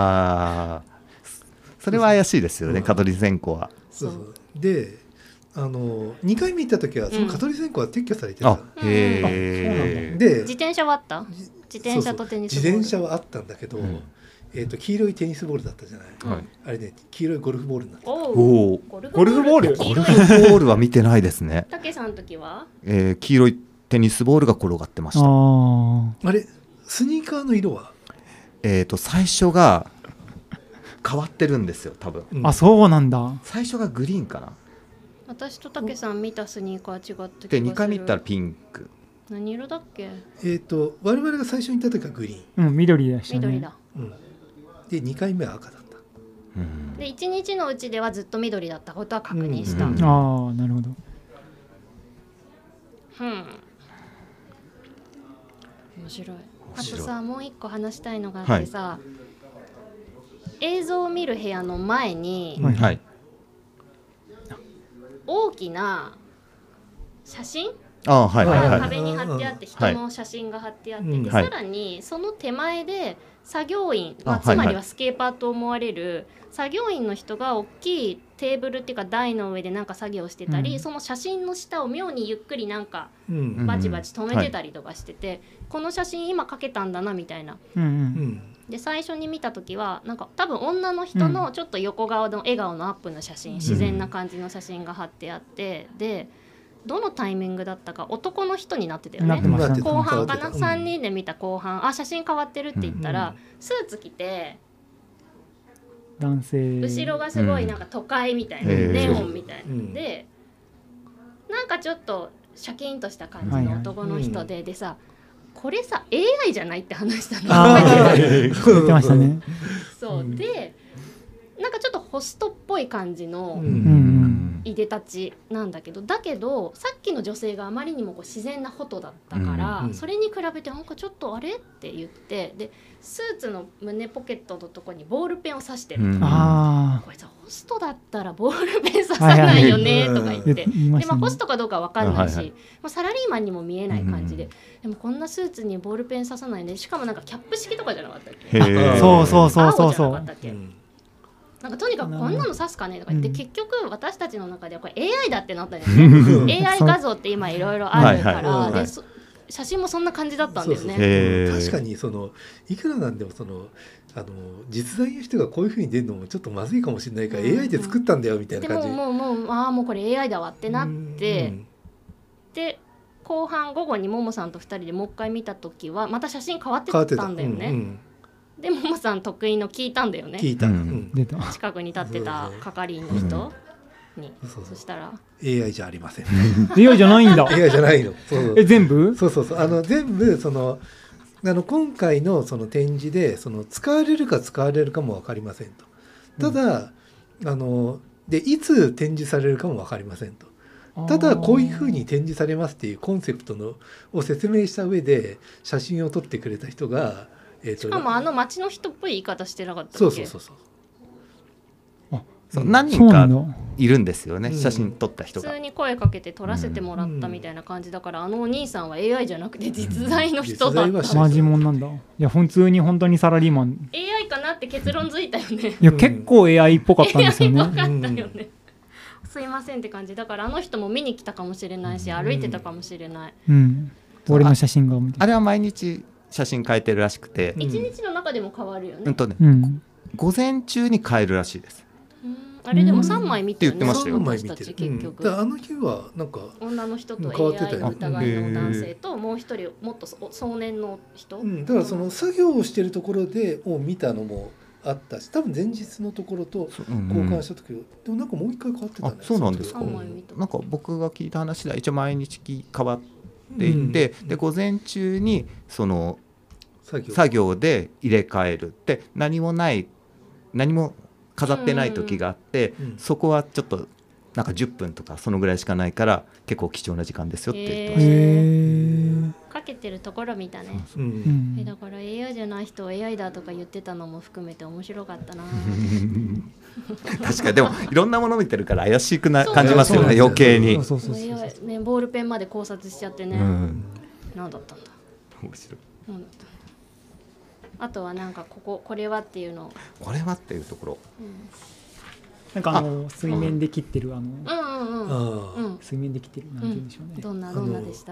それは怪しいですよね、蚊取り線香は。 そうで2回目行った時はその蚊取り線香は撤去されてた。 で自転車はあった？自転車とテニスボール。 自転車はあったんだけど、黄色いテニスボールだったじゃない。あれね黄色いゴルフボールになってた。 ゴルフボールは見てないですね。 たけさんの時は黄色いテニスボールが転がってました。 あれスニーカーの色は最初が変わってるんですよ多分。 そうなんだ。 最初がグリーンかな。 私とたけさん見たスニーカー違った気がする。 で2回見たらピンク。 何色だっけ。 我々が最初に行った時はグリーン。緑でしたね。 緑だ。 で2回目は赤だった。 で1日のうちではずっと緑だったことは確認した。 なるほど。 面白い。あとさもう一個話したいのがあってさ、映像を見る部屋の前に、大きな写真壁に貼ってあって、人の写真が貼ってあって、さらにその手前で作業員、つまりはスケーパーと思われる作業員の人が大きいテーブルっていうか台の上でなんか作業してたり、その写真の下を妙にゆっくりなんかバチバチ止めてたりとかしてて、この写真今描けたんだなみたいな。で最初に見た時はなんか多分女の人のちょっと横顔の笑顔のアップの写真、自然な感じの写真が貼ってあって、でどのタイミングだったか男の人になってたよね。後半かな、3人で見た後半、写真変わってるって言ったら、スーツ着て男性後ろがすごいなんか都会みたいな、ネオンみたいなで、なんかちょっとシャキンとした感じの男の人で、でさこれさ AI じゃないって話したの。 言ってましたね。 そうでなんかちょっとホストっぽい感じのいでたちなんだけど、だけどさっきの女性があまりにもこう自然なフォトだったから、それに比べてなんかちょっとあれって言って、でスーツの胸ポケットのとこにボールペンを刺してる。これさホストだったらボールペン刺さないよねとか言って、でホストかどうか分かんないし、サラリーマンにも見えない感じで、でもこんなスーツにボールペン刺さないね。しかもなんかキャップ式とかじゃなかったっけ。 そう青じゃなかったっけ。なんかとにかくこんなの刺すかねとか言って、結局私たちの中ではこれ AI だってなったんですね。AI 画像って今いろいろあるから、で写真もそんな感じだったんだよね。 確かにいくらなんでも実在の人がこういう風に出るのもちょっとまずいかもしれないから、AI で作ったんだよみたいな感じで、 もうこれ AI だわってなって、で後半午後にももさんと2人でもう一回見た時はまた写真変わってたんだよね。でももさん得意の聞いたんだよね。 聞いた、 近くに立ってた係員の人に。 そうそしたら AI じゃありません。 AI じゃないんだ。 AI じゃないの。そう全部？ そう全部今回のその展示で使われるか使われるかも分かりませんと。ただ、でいつ展示されるかも分かりませんと。ただこういうふうに展示されますっていうコンセプトを説明した上で写真を撮ってくれた人が、 しかも町の人っぽい言い方してなかったっけ？ そう何人かいるんですよね、写真撮った人が。 普通に声かけて撮らせてもらったみたいな感じだから、お兄さんは AI じゃなくて実在の人だった。 マジモンなんだ。いや普通に本当にサラリーマン。 AI かなって結論づいたよね。 いや結構 AI っぽかったんですよね。 AI っぽかったよね。すいませんって感じだから、人も見に来たかもしれないし、歩いてたかもしれない。 俺の写真があれは毎日写真変えてるらしくて、 一日の中でも変わるよね。 午前中に変えるらしいです。 あれでも3枚見てるね。 3枚見てる。 結局あの日はなんか女の人と AI の疑いの男性ともう一人もっと壮年の人。 だからその作業をしてるところで見たのもあったし、多分前日のところと交換した時、でもなんかもう一回変わってたね。 そうなんですか。なんか僕が聞いた話では一応毎日変わっていて、で午前中にその作業で入れ替えるって何も飾ってない時があって、そこはちょっとなんか10分とかそのぐらいしかないから結構貴重な時間ですよって言ってました。 かけてるところ見たね。だから AI じゃない人を AI だとか言ってたのも含めて面白かったな。 確かにでもいろんなもの見てるから怪しくな感じますよね、余計に。 ボールペンまで考察しちゃってね。何だったんだ。 面白い。 あとはなんかこれはっていうの。 これはっていうところ。 なんか水面で切ってる水面で切ってるなんて言うんでしょうね。 どんなでした？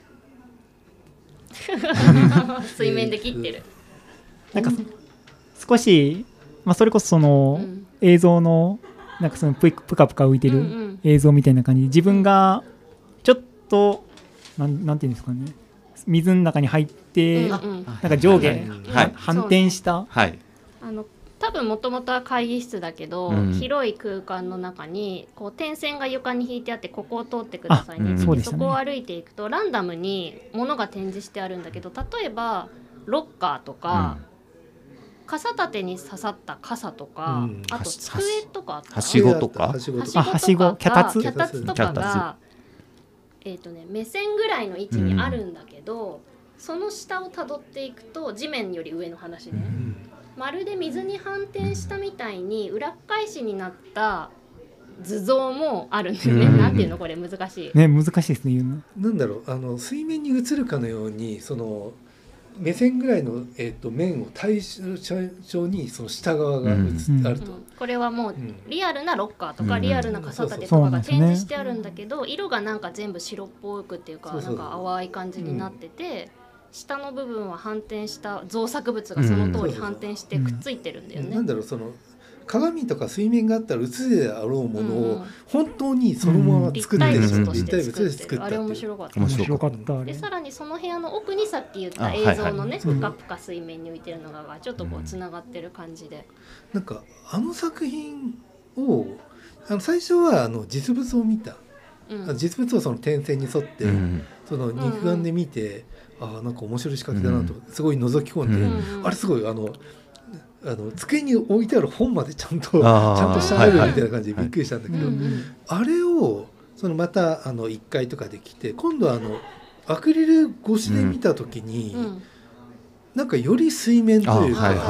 水面で切ってる。 なんか少しそれこそその映像のなんかそのプカプカ浮いてる映像みたいな感じで、自分がちょっとなんていうんですかね、水の中に入ってなんか上下反転した。 多分もともとは会議室だけど、広い空間の中に点線が床に引いてあって、ここを通ってくださいね、そこを歩いていくとランダムに物が展示してあるんだけど、例えばロッカーとか、傘立てに刺さった傘とか、あと机とかはしごとか脚立とかが目線ぐらいの位置にあるんだけど、その下をたどっていくと地面より上の話ね、まるで水に反転したみたいに裏返しになった図像もあるんですね。なんていうのこれ難しい。 ね、難しいですね言うの。 なんだろう、水面に映るかのようにその目線ぐらいの面を対象にその下側が映ってあると。 これはもうリアルなロッカーとかリアルな傘立てとかが展示してあるんだけど、色がなんか全部白っぽくっていうか、なんか淡い感じになってて。下の部分は反転した造作物がその通り反転してくっついてるんだよね。 なんだろう、その鏡とか水面があったら映るであろうものを本当にそのまま作ってる、 立体物として作った。あれ面白かった。 面白かった。 でさらにその部屋の奥にさっき言った映像のね、プカプカ水面に浮いてるのがちょっとつながってる感じで、 なんか作品を最初は実物を見た、実物をその点線に沿って、その肉眼で見て、なんか面白い仕掛けだなとすごい覗き込んで、あれすごい机に置いてある本までちゃんと喋るみたいな感じでびっくりしたんだけど、あれをまた1階とかで来て、今度はアクリル越しで見た時に、なんかより水面というか、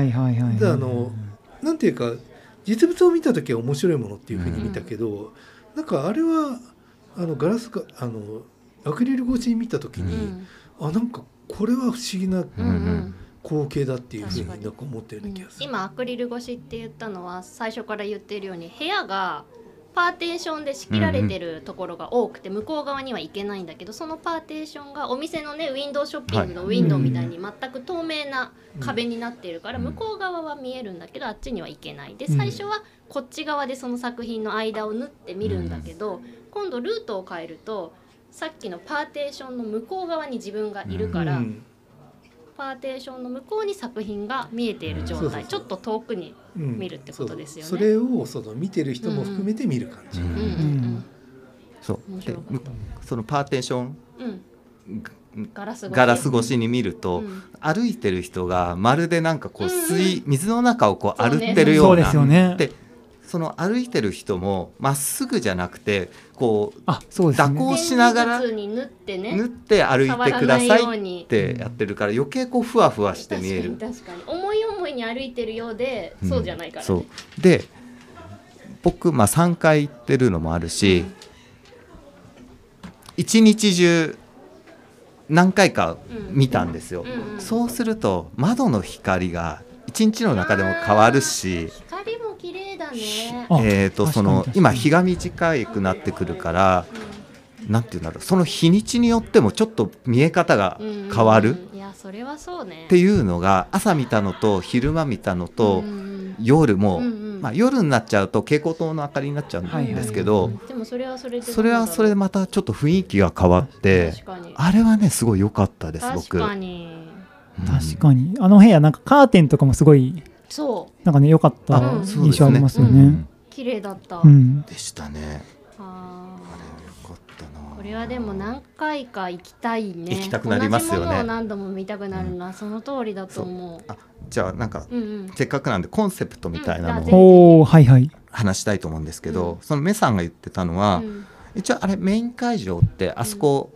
なんていうか実物を見た時は面白いものっていうふうに見たけど、なんかあれはガラスがアクリル越しに見た時に、なんかこれは不思議な光景だっていうふうになんか思ったような気がする。 今アクリル越しって言ったのは最初から言っているように、部屋がパーテーションで仕切られてるところが多くて、向こう側には行けないんだけど、そのパーテーションがお店のねウィンドウショッピングのウィンドウみたいに全く透明な壁になっているから、向こう側は見えるんだけどあっちには行けない。で最初はこっち側でその作品の間を縫って見るんだけど、今度ルートを変えるとさっきのパーテーションの向こう側に自分がいるから、 パーテーションの向こうに作品が見えている状態、ちょっと遠くに見るってことですよね。 それを見てる人も含めて見る感じ。 そうでそのパーテーション、 ガラス越しに見ると、歩いてる人がまるでなんかこう水の中をこう歩ってるような、 そうですよね。 でその歩いてる人もまっすぐじゃなくてこうそうですね、 蛇行しながら縫って歩いてくださいってやってるから、余計こうふわふわして見える。 確かに思い思いに歩いてるようで、そうじゃないからね。 そうで僕、3回行ってるのもあるし、一日中何回か見たんですよ。そうすると窓の光が一日の中でも変わるし、 光も綺麗だね。 今日が短くなってくるから、なんていうんだろう、その日にちによってもちょっと見え方が変わる。 いやそれはそうね。 っていうのが朝見たのと昼間見たのと夜も、夜になっちゃうと蛍光灯の明かりになっちゃうんですけど、 でもそれはそれでまたちょっと雰囲気が変わって、あれはねすごい良かったです。僕確かにあの部屋なんかカーテンとかもすごいなんかね良かった印象ありますよね。 綺麗だった、 でしたね。 これはでも何回か行きたいね。 行きたくなりますよね。 同じものを何度も見たくなるのはその通りだと思う。 じゃあなんか、せっかくなんでコンセプトみたいなのを話したいと思うんですけど、そのメさんが言ってたのは、一応あれメイン会場ってあそこ、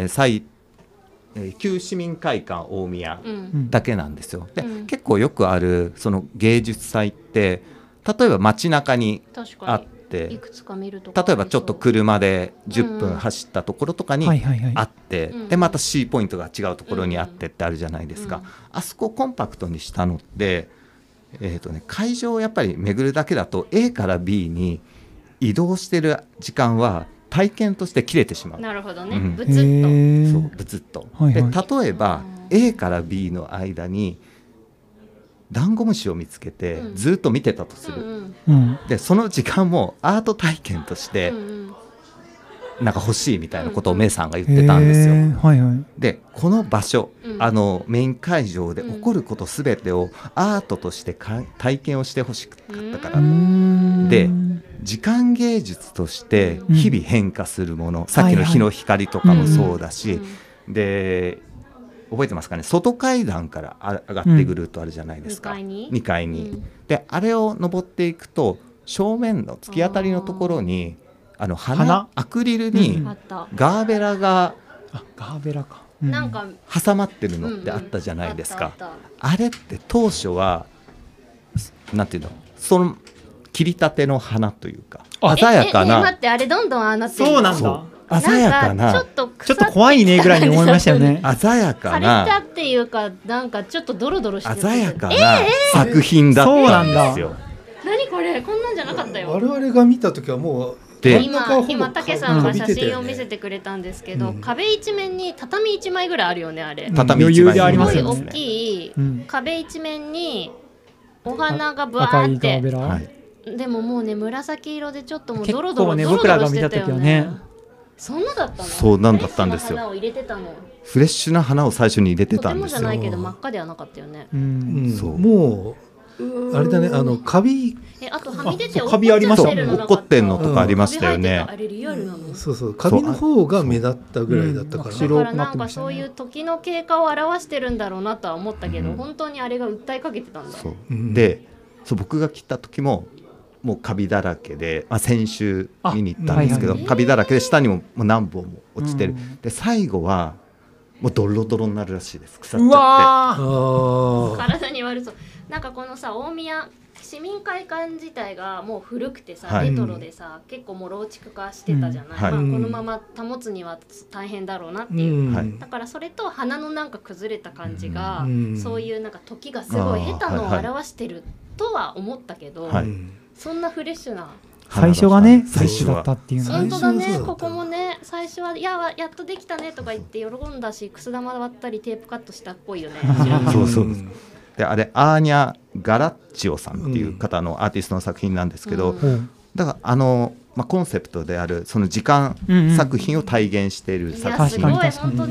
旧市民会館大宮だけなんですよ。で、結構よくあるその芸術祭って例えば街中にあって、 いくつか見るとか例えばちょっと車で10分走ったところとかにあって、でまた C ポイントが違うところにあってってあるじゃないですか。あそこコンパクトにしたのって、会場をやっぱり巡るだけだと A から B に移動してる時間は体験として切れてしまう。 なるほどね、ブツッと。 そうブツッと、で例えば A から B の間にダンゴムシを見つけてずっと見てたとする、でその時間もアート体験としてなんか欲しいみたいなことをメイさんが言ってたんですよ。でこの場所、メイン会場で起こることすべてをアートとして体験をしてほしかったから、で時間芸術として日々変化するもの、さっきの日の光とかもそうだし、で覚えてますかね、外階段から上がってくるルートあるじゃないですか、2階に、であれを登っていくと正面の突き当たりのところに花アクリルにガーベラがなんか挟まってるのってあったじゃないですか。あれって当初はなんていうの、その切りたての花というか鮮やかな、 待って、あれどんどんああなってる。 そうなんだ。 鮮やかな、 ちょっと怖いねぐらいに思いましたよね。 鮮やかな、 枯れたっていうかなんかちょっとドロドロしてる鮮やかな作品だったんですよ。 何これ、こんなんじゃなかったよ。 我々が見た時はもう今竹さんが写真を見せてくれたんですけど、壁一面に畳1枚ぐらいあるよね。あれ畳 1枚ありますよね。 すごい大きい壁一面にお花がブワーって、でももうね紫色でちょっともうドロドロしてたよね。そんなだったの？ そうなんだったんですよ。 花を入れてたの。 フレッシュな花を最初に入れてたんですよ。 とてもじゃないけど真っ赤ではなかったよね。 もうあれだね、カビ、 あとはみ出てカビありましたね。 落っこってんのとかありましたよね。 あれリアルなの？ そうそう、カビの方が目立ったぐらいだったから。 だからなんかそういう時の経過を表してるんだろうなとは思ったけど、本当にあれが訴えかけてたんだ。 で、僕が来た時ももうカビだらけで、先週見に行ったんですけど、カビだらけで下にも何本も落ちてる、で最後はもうドロドロになるらしいです。腐っちゃって体に悪そう。なんかこのさ、大宮市民会館自体がもう古くてさ、レトロでさ、結構もう老築化してたじゃない、このまま保つには大変だろうなっていう、だからそれと花のなんか崩れた感じが、そういうなんか時がすごい下手のを表してるとは思ったけど、そんなフレッシュな最初がね、最初だったっていうのは本当だね。ここもね、最初はやっとできたねとか言って喜んだし、くす玉割ったりテープカットしたっぽいよね。 そうそう。であれアーニャ・ガラッチオさんっていう方のアーティストの作品なんですけど、だからコンセプトであるその時間作品を体現している作品すごい本当に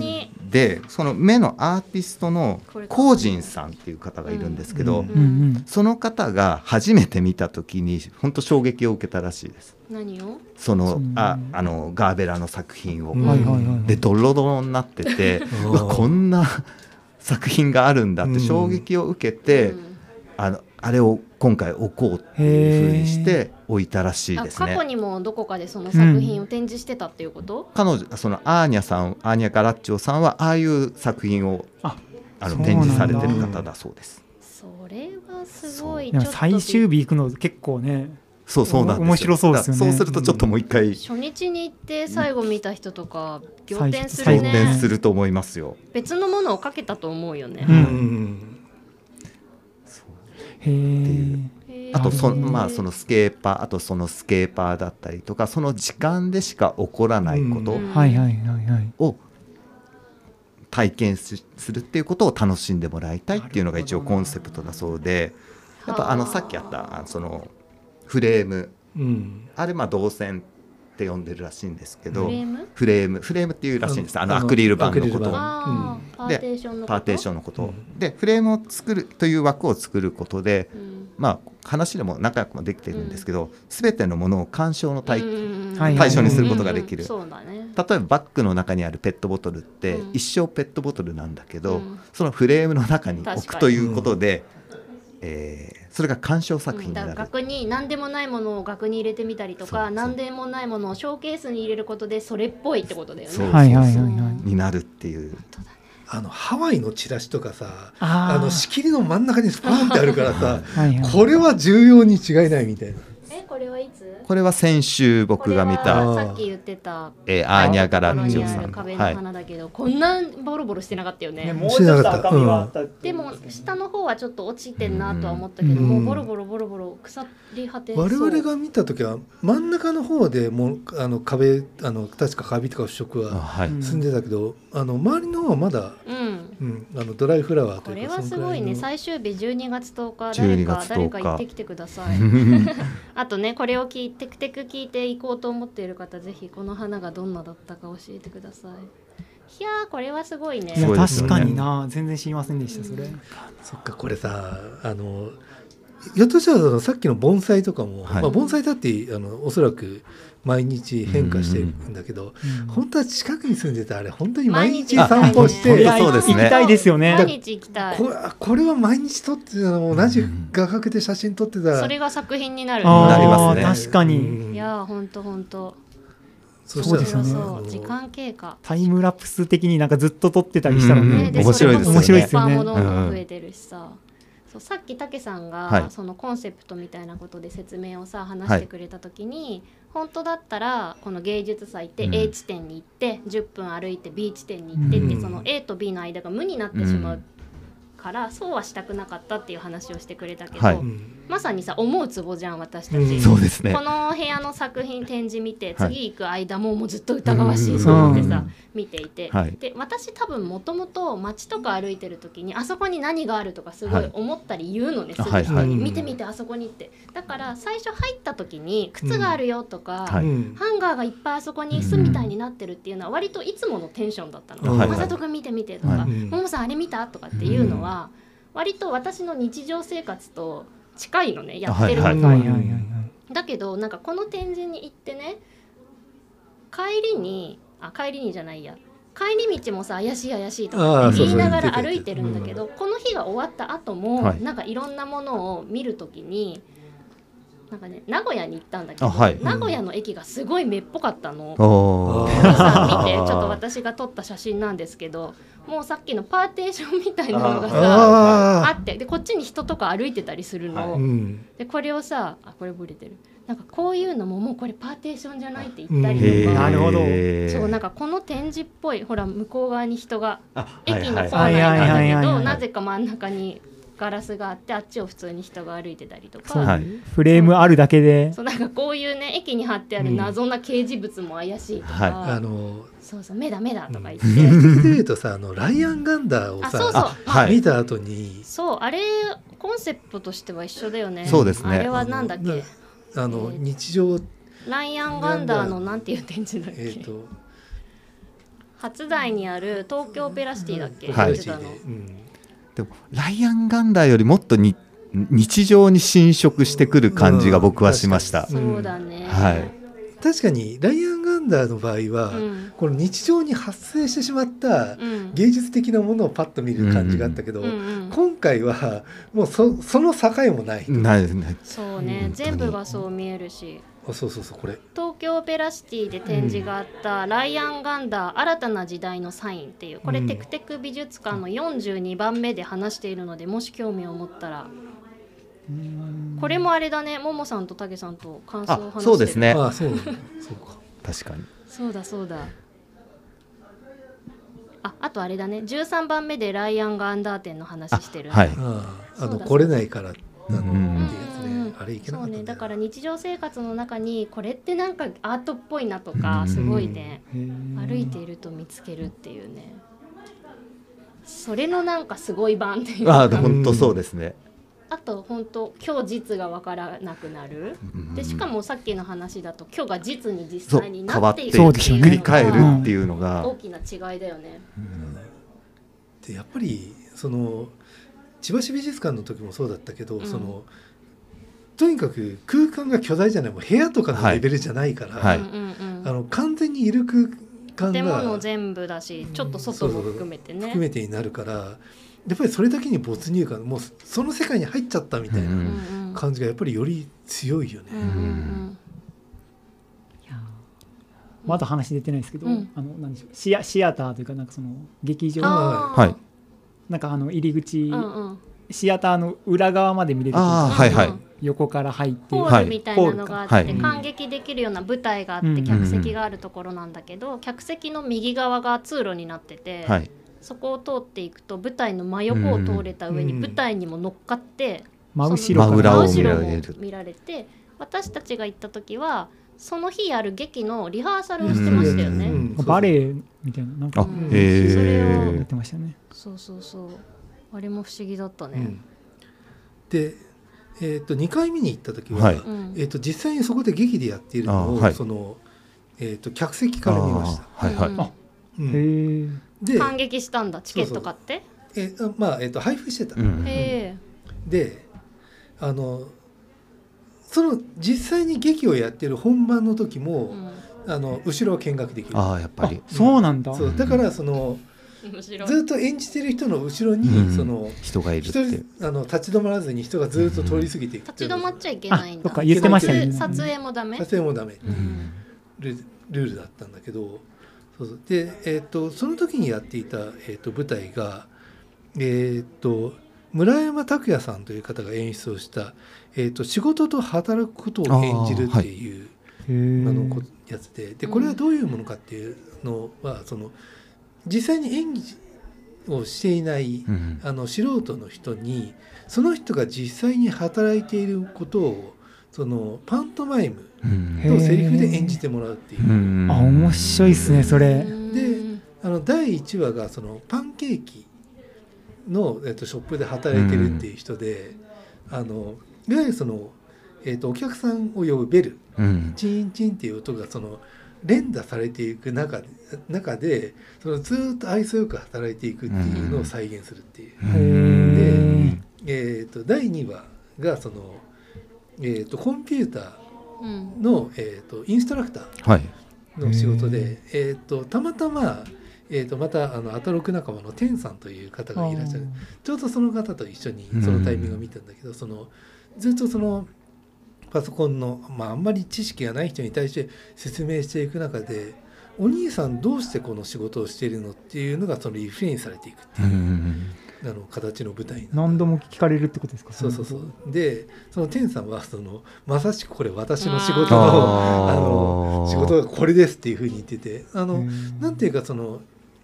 でその目のアーティストのコージンさんっていう方がいるんですけど、その方が初めて見た時に本当衝撃を受けたらしいです。 何を？ そのガーベラの作品を、でドロドロになっててうわこんな作品があるんだって衝撃を受けて、あれを今回置こうっていうふうにして置いたらしいですね。 過去にもどこかでその作品を展示してたっていうこと？ 彼女そのアーニャ・ガラッチョさんはああいう作品を展示されてる方だそうです。 それはすごい。 最終日行くの結構ね。 そうなんですよ。 面白そうですよね。 そうするとちょっともう一回、 初日に行って最後見た人とか仰天するね。 仰天すると思いますよ。 別のものをかけたと思うよね。あとそのスケーパー、あとそのスケーパーだったりとか、その時間でしか起こらないことを体験するっていうことを楽しんでもらいたいっていうのが一応コンセプトだそうで、やっぱさっきあったそのフレーム、あれ銅線って呼んでるらしいんですけど、フレームっていうらしいんです。アクリル板のことで、パーテーションのことで、フレームを作るという枠を作ることで、話でも仲良くもできてるんですけど、全てのものを鑑賞の対象にすることができる。例えばバッグの中にあるペットボトルって一生ペットボトルなんだけど、そのフレームの中に置くということで、それが鑑賞作品になる。 額に何でもないものを額に入れてみたりとか、何でもないものをショーケースに入れることでそれっぽいってことだよね。 になるっていう。 ハワイのチラシとかさ、仕切りの真ん中にスパーンってあるからさこれは重要に違いないみたいな。 これはいつ？ これは先週僕が見たさっき言ってたアーニャ・ガラッチョさん、 壁の花だけど、こんなボロボロしてなかったよね。 もうちょっと赤みはあった。 でも下の方はちょっと落ちてんなとは思ったけど、もうボロボロ腐り果てそう。 我々が見た時は真ん中の方でもう壁確かカビとか腐食は進んでたけど、周りの方はまだ、ドライフラワーというか。 これはすごいね。最終日12月10日誰か行ってきてください。あとね、これをテクテク聞いていこうと思っている方、ぜひこの花がどんなだったか教えてください。いやー、これはすごいね。 確かにな、全然知りませんでしたそれ。 そっか、これさひょっとしたらさっきの盆栽とかも、盆栽だっておそらく毎日変化してるんだけど、本当は近くに住んでたあれ本当に毎日散歩して、 行きたいですよね。 毎日行きたい。 これは毎日撮ってたの、同じ画角で写真撮ってたらそれが作品になる。 なりますね。 確かに。 いや本当そうですよね。 時間経過。 タイムラプス的になんかずっと撮ってたりしたらね、 面白いですよね。 面白いですよね。 ものも増えてるしさ。さっきたけさんがそのコンセプトみたいなことで説明を話してくれた時に、本当だったらこの芸術祭って A 地点に行って10分歩いて B 地点に行ってって、その A と B の間が無になってしまうからそうはしたくなかったっていう話をしてくれたけど、まさにさ思うツボじゃん私たち。 そうですね。 この部屋の作品展示見て次行く間もうずっと疑わしいと思ってさ見ていて、で私多分もともと街とか歩いてる時にあそこに何があるとかすごい思ったり言うのね、すぐ人に見て見てあそこにって。だから最初入った時に靴があるよとか、ハンガーがいっぱいあそこに巣みたいになってるっていうのは割といつものテンションだったの。まさとくん見て見てとか、ももさんあれ見たとかっていうのは割と私の日常生活と近いのね、やってることは。だけどなんかこの展示に行ってね、帰りじゃないや、帰り道もさ怪しいとかって言いながら歩いてるんだけど、この日が終わった後もなんかいろんなものを見るときになんかね、名古屋に行ったんだけど、名古屋の駅がすごい目っぽかったの。さ見て、ちょっと私が撮った写真なんですけど、もうさっきのパーテーションみたいなのがさ あって、でこっちに人とか歩いてたりするの、でこれをさこれブレてる、なんかこういうのももうこれパーテーションじゃないって言ったりとか、 なるほど。 そうなんかこの展示っぽい、ほら向こう側に人が駅の構内なんだけど、なぜか真ん中にガラスがあって、あっちを普通に人が歩いてたりとか、 フレームあるだけで、 そうなんかこういうね駅に貼ってある謎な掲示物も怪しいとか、そう目だとか言って、 でいうとさライアン・ガンダーをさ見た後に、 そうあれコンセプトとしては一緒だよね。 そうですね。 あれはなんだっけ、 日常ライアン・ガンダーのなんていう展示だっけ、 初台にある東京オペラシティだっけ、 はい、 言ってたの。 でもライアンガンダーよりもっと日常に侵食してくる感じが僕はしました。 そうだね、 はい、 確かにライアンガンダーの場合は、この日常に発生してしまった芸術的なものをパッと見る感じがあったけど、今回はもう その境もないですね。 そうね、全部がそう見えるし。 そうこれ東京オペラシティで展示があったライアンガンダー新たな時代のサインっていう、これテクテク美術館の42番目で話しているので、もし興味を持ったら。これもあれだね、ももさんとたけさんと感想を話してる。 そうですね。 そうか、 確かに。 そうだ。あとあれだね、13番目でライアンガンダー展の話してる。 はい。 来れないからってやつね。あれいけなかったんだよ。 そうね、だから日常生活の中にこれってなんかアートっぽいなとか、すごいね、歩いていると見つけるっていうね、それのなんかすごい版っていうか。 本当そうですね。 あと本当今日実が分からなくなる、でしかもさっきの話だと今日が実に実際になっているっていうのが繰り返るっていうのが大きな違いだよね。 でやっぱりその千葉市美術館の時もそうだったけど、とにかく空間が巨大じゃない、もう部屋とかのレベルじゃないから、完全にいる空間が建物全部だし、ちょっと外も含めてね、 含めてになるから、やっぱりそれだけに没入感、もうその世界に入っちゃったみたいな感じがやっぱりより強いよね。 まだ話出てないですけど、何でしょう、シアターというか、なんかその劇場のなんか入り口、シアターの裏側まで見れる、横から入ってホールみたいなのがあって、観劇できるような舞台があって客席があるところなんだけど、客席の右側が通路になってて、そこを通っていくと舞台の真横を通れた上に舞台にも乗っかって真後ろも見られて、私たちが行った時はその日やる劇のリハーサルをしてましたよね。 バレエみたいな、なんかそれをやってましたね。 そうあれも不思議だったね。 で、2回見に行った時は、実際にそこで劇でやっているのをその客席から見ました。 で感激したんだ。チケット買って配布してた。でその実際に劇をやってる本番の時も、後ろは見学できる。 やっぱりそうなんだ。 だからそのずっと演じてる人の後ろにその人がいるって、 立ち止まらずに人がずっと通り過ぎていく。 立ち止まっちゃいけないんだ。 言ってましたね。 撮影もダメ。 撮影もダメ。ルールだったんだけど。でその時にやっていた、舞台が、村山拓也さんという方が演出をした、仕事と働くことを演じるっていうやつで、これはどういうものかっていうのは、その実際に演技をしていない、素人の人にその人が実際に働いていることをそのパントマイムとセリフで演じてもらうっていう。 面白いですねそれ。 で第1話がそのパンケーキの、ショップで働いてるっていう人で、いわゆるその、お客さんを呼ぶベル、チンチンっていう音がその連打されていく中でそのずっと愛想よく働いていくっていうのを再現するっていう。で、第2話がその、コンピューターの、インストラクターの仕事で、たまたま、またアトロク仲間のテンさんという方がいらっしゃる。ちょうどその方と一緒にそのタイミングを見たんだけど、そのずっとそのパソコンの、あんまり知識がない人に対して説明していく中で、お兄さんどうしてこの仕事をしているのっていうのがそのリフレインされていくっていう形の舞台に何度も聞かれるってことですか。 そうでそのテンさんはそのまさしくこれ私の仕事の仕事がこれですっていうふうに言ってて、なんていうかその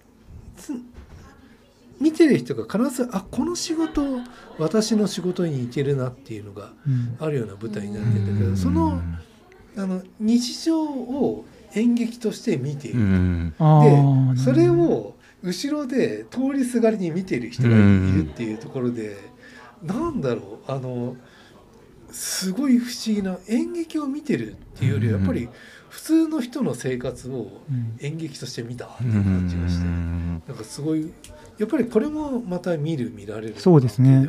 見てる人が必ずこの仕事私の仕事に似てるなっていうのがあるような舞台になってるんだけど、その日常を演劇として見ている。でそれを後ろで通りすがりに見ている人がいるっていうところで、なんだろう、すごい不思議な演劇を見てるっていうよりはやっぱり普通の人の生活を演劇として見たっていう感じがして、なんかすごいやっぱりこれもまた見られるそうですね。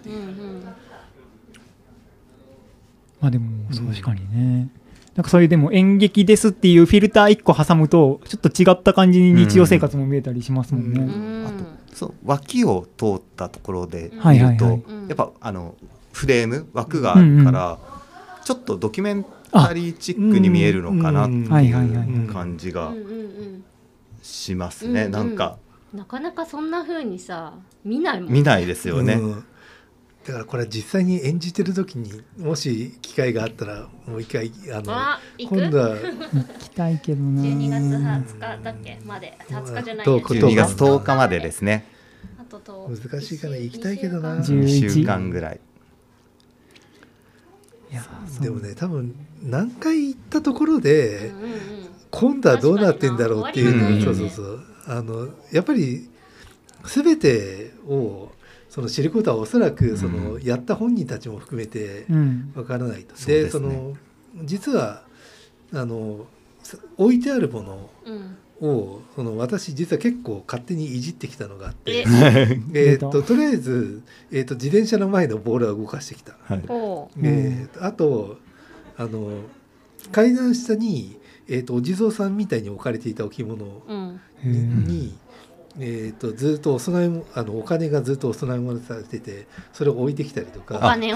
うんうん、 でも確かにね、なんかそういうでも演劇ですっていうフィルター1個挟むとちょっと違った感じに日常生活も見えたりしますもんね。 あとそう脇を通ったところで見ると、 はいはいはい、 やっぱフレーム枠があるから、ちょっとドキュメンタリーチックに見えるのかなっていう感じがしますね。なんかなかなかそんな風にさ見ないもん。 見ないですよね。 だからこれ実際に演じてる時にもし機会があったらもう一回今度は行きたいけどな。 12月20日だっけまで、20日じゃないや12月10日までですね。 あと難しいから行きたいけどな。 2週間ぐらい。 いやでもね多分何回行ったところで、今度はどうなってんだろうっていうの、そうやっぱり全てをその知ることはおそらくそのやった本人たちも含めてわからないと。でその実は置いてあるものをその私実は結構勝手にいじってきたのがあってとりあえず、自転車の前のボールは動かしてきた、はい、あと階段下に、お地蔵さんみたいに置かれていた置物に、ずっとお供えもお金がずっとお供え物されててそれを置いてきたりとか、 お金を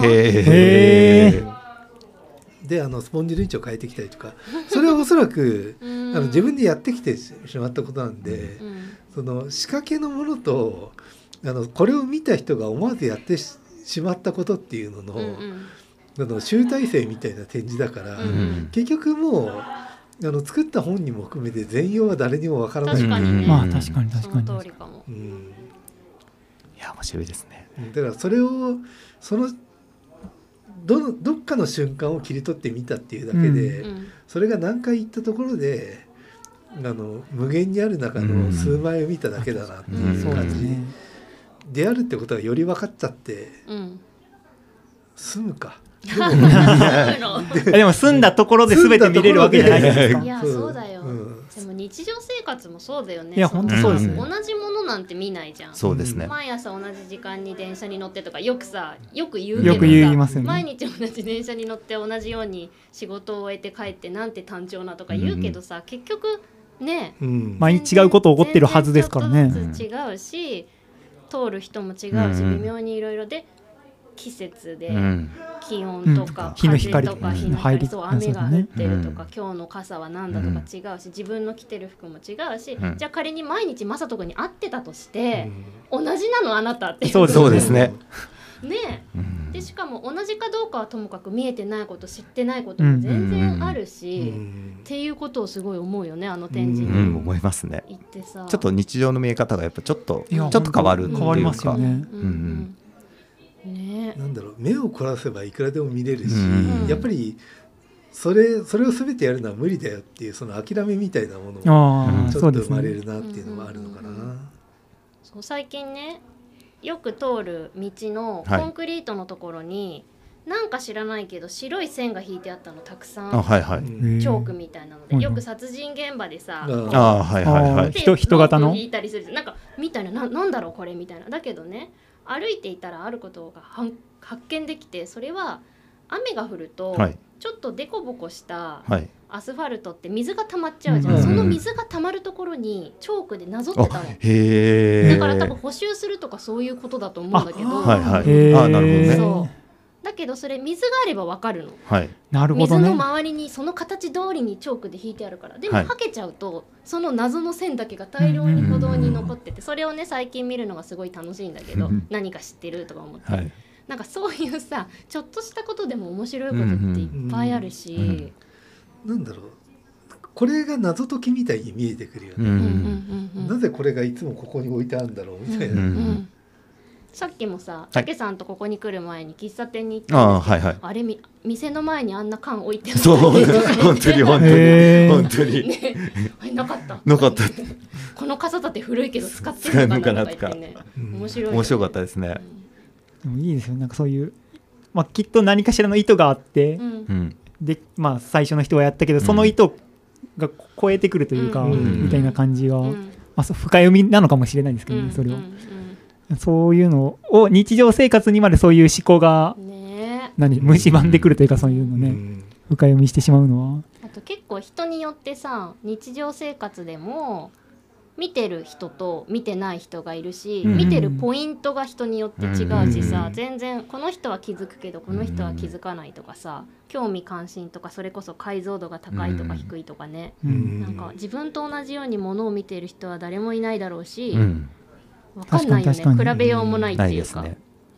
でスポンジの位置を変えてきたりとか、それはおそらく自分でやってきてしまったことなんで、その仕掛けのものとこれを見た人が思わずやってしまったことっていうのの、集大成みたいな展示だから、結局もう作った本人も含めて全容は誰にもわからない。 確かにね。 まあ確かに確かに。 その通りかも。 いや面白いですね。 だからそれをどっかの瞬間を切り取ってみたっていうだけで、それが何回言ったところで無限にある中の数枚を見ただけだなっていう感じであるってことがより分かっちゃって済むか。 でも住んだところで全て見れるわけじゃないですか。 いやそうだよ、でも日常生活もそうだよね。 いや本当そうですね。 同じものなんて見ないじゃん。 そうですね。 毎朝同じ時間に電車に乗ってとかよく言うけどさ、 よく言いますよね。 毎日同じ電車に乗って同じように仕事を終えて帰ってなんて単調なとか言うけどさ、結局ね、 毎日違うこと起こってるはずですからね。 全然違うし、通る人も違うし、微妙にいろいろで季節で気温とか風とか日の光、そう雨が降ってるとか、今日の傘は何だとか違うし、自分の着てる服も違うし、じゃあ仮に毎日正人に会ってたとして、同じなのあなたっていう。 そうですね。 ね、でしかも同じかどうかはともかく見えてないこと知ってないことも全然あるし、っていうことをすごい思うよね、あの展示に思いますね。 行ってさ、 ちょっと日常の見え方がやっぱちょっと変わるっていうか、 変わりますよね。 なんだろう、目を凝らせばいくらでも見れるし、やっぱりそれを全てやるのは無理だよっていうその諦めみたいなものもちょっと生まれるなっていうのもあるのかな。 そう最近ねよく通る道のコンクリートのところに、なんか知らないけど白い線が引いてあったのたくさん、チョークみたいなので、よく殺人現場でさ、 人型の引いたりする、なんかみたいな、なんだろうこれみたいな。だけどね、歩いていたらあることが発見できて、それは雨が降るとちょっとデコボコしたアスファルトって水が溜まっちゃうじゃん、その水が溜まるところにチョークでなぞってたの。だから多分補修するとかそういうことだと思うんだけど、 なるほどね。 そうだけどそれ水があれば分かるの、 なるほどね。 水の周りにその形通りにチョークで引いてあるから。でもはけちゃうと、その謎の線だけが大量に歩道に残ってて、それをね最近見るのがすごい楽しいんだけど、何か知ってるとか思って、なんかそういうさちょっとしたことでも面白いことっていっぱいあるし、 なんだろう、これが謎解きみたいに見えてくるよね。なぜこれがいつもここに置いてあるんだろうみたいな。 さっきもさ、竹さんとここに来る前に喫茶店に行ったんですけど、あれ店の前にあんな缶置いてある。 そう本当になかった。この傘立て古いけど使ってるのかなとか言ってね、面白かったですね。 でもいいですよ、なんかそういう、きっと何かしらの意図があって、で最初の人はやったけど、その意図が超えてくるというか、みたいな感じが、 うんまあ、深読みなのかもしれないんですけどね、それを、 うんうんそういうのを日常生活にまでそういう思考がね蝕んでくるというか、そういうのね、深読みしてしまうのは。 あと結構人によってさ、日常生活でも見てる人と見てない人がいるし、見てるポイントが人によって違うしさ、全然この人は気づくけどこの人は気づかないとかさ、興味関心とかそれこそ解像度が高いとか低いとかね、なんか自分と同じようにものを見ている人は誰もいないだろうし、分かんないよね、比べようもないっていうか、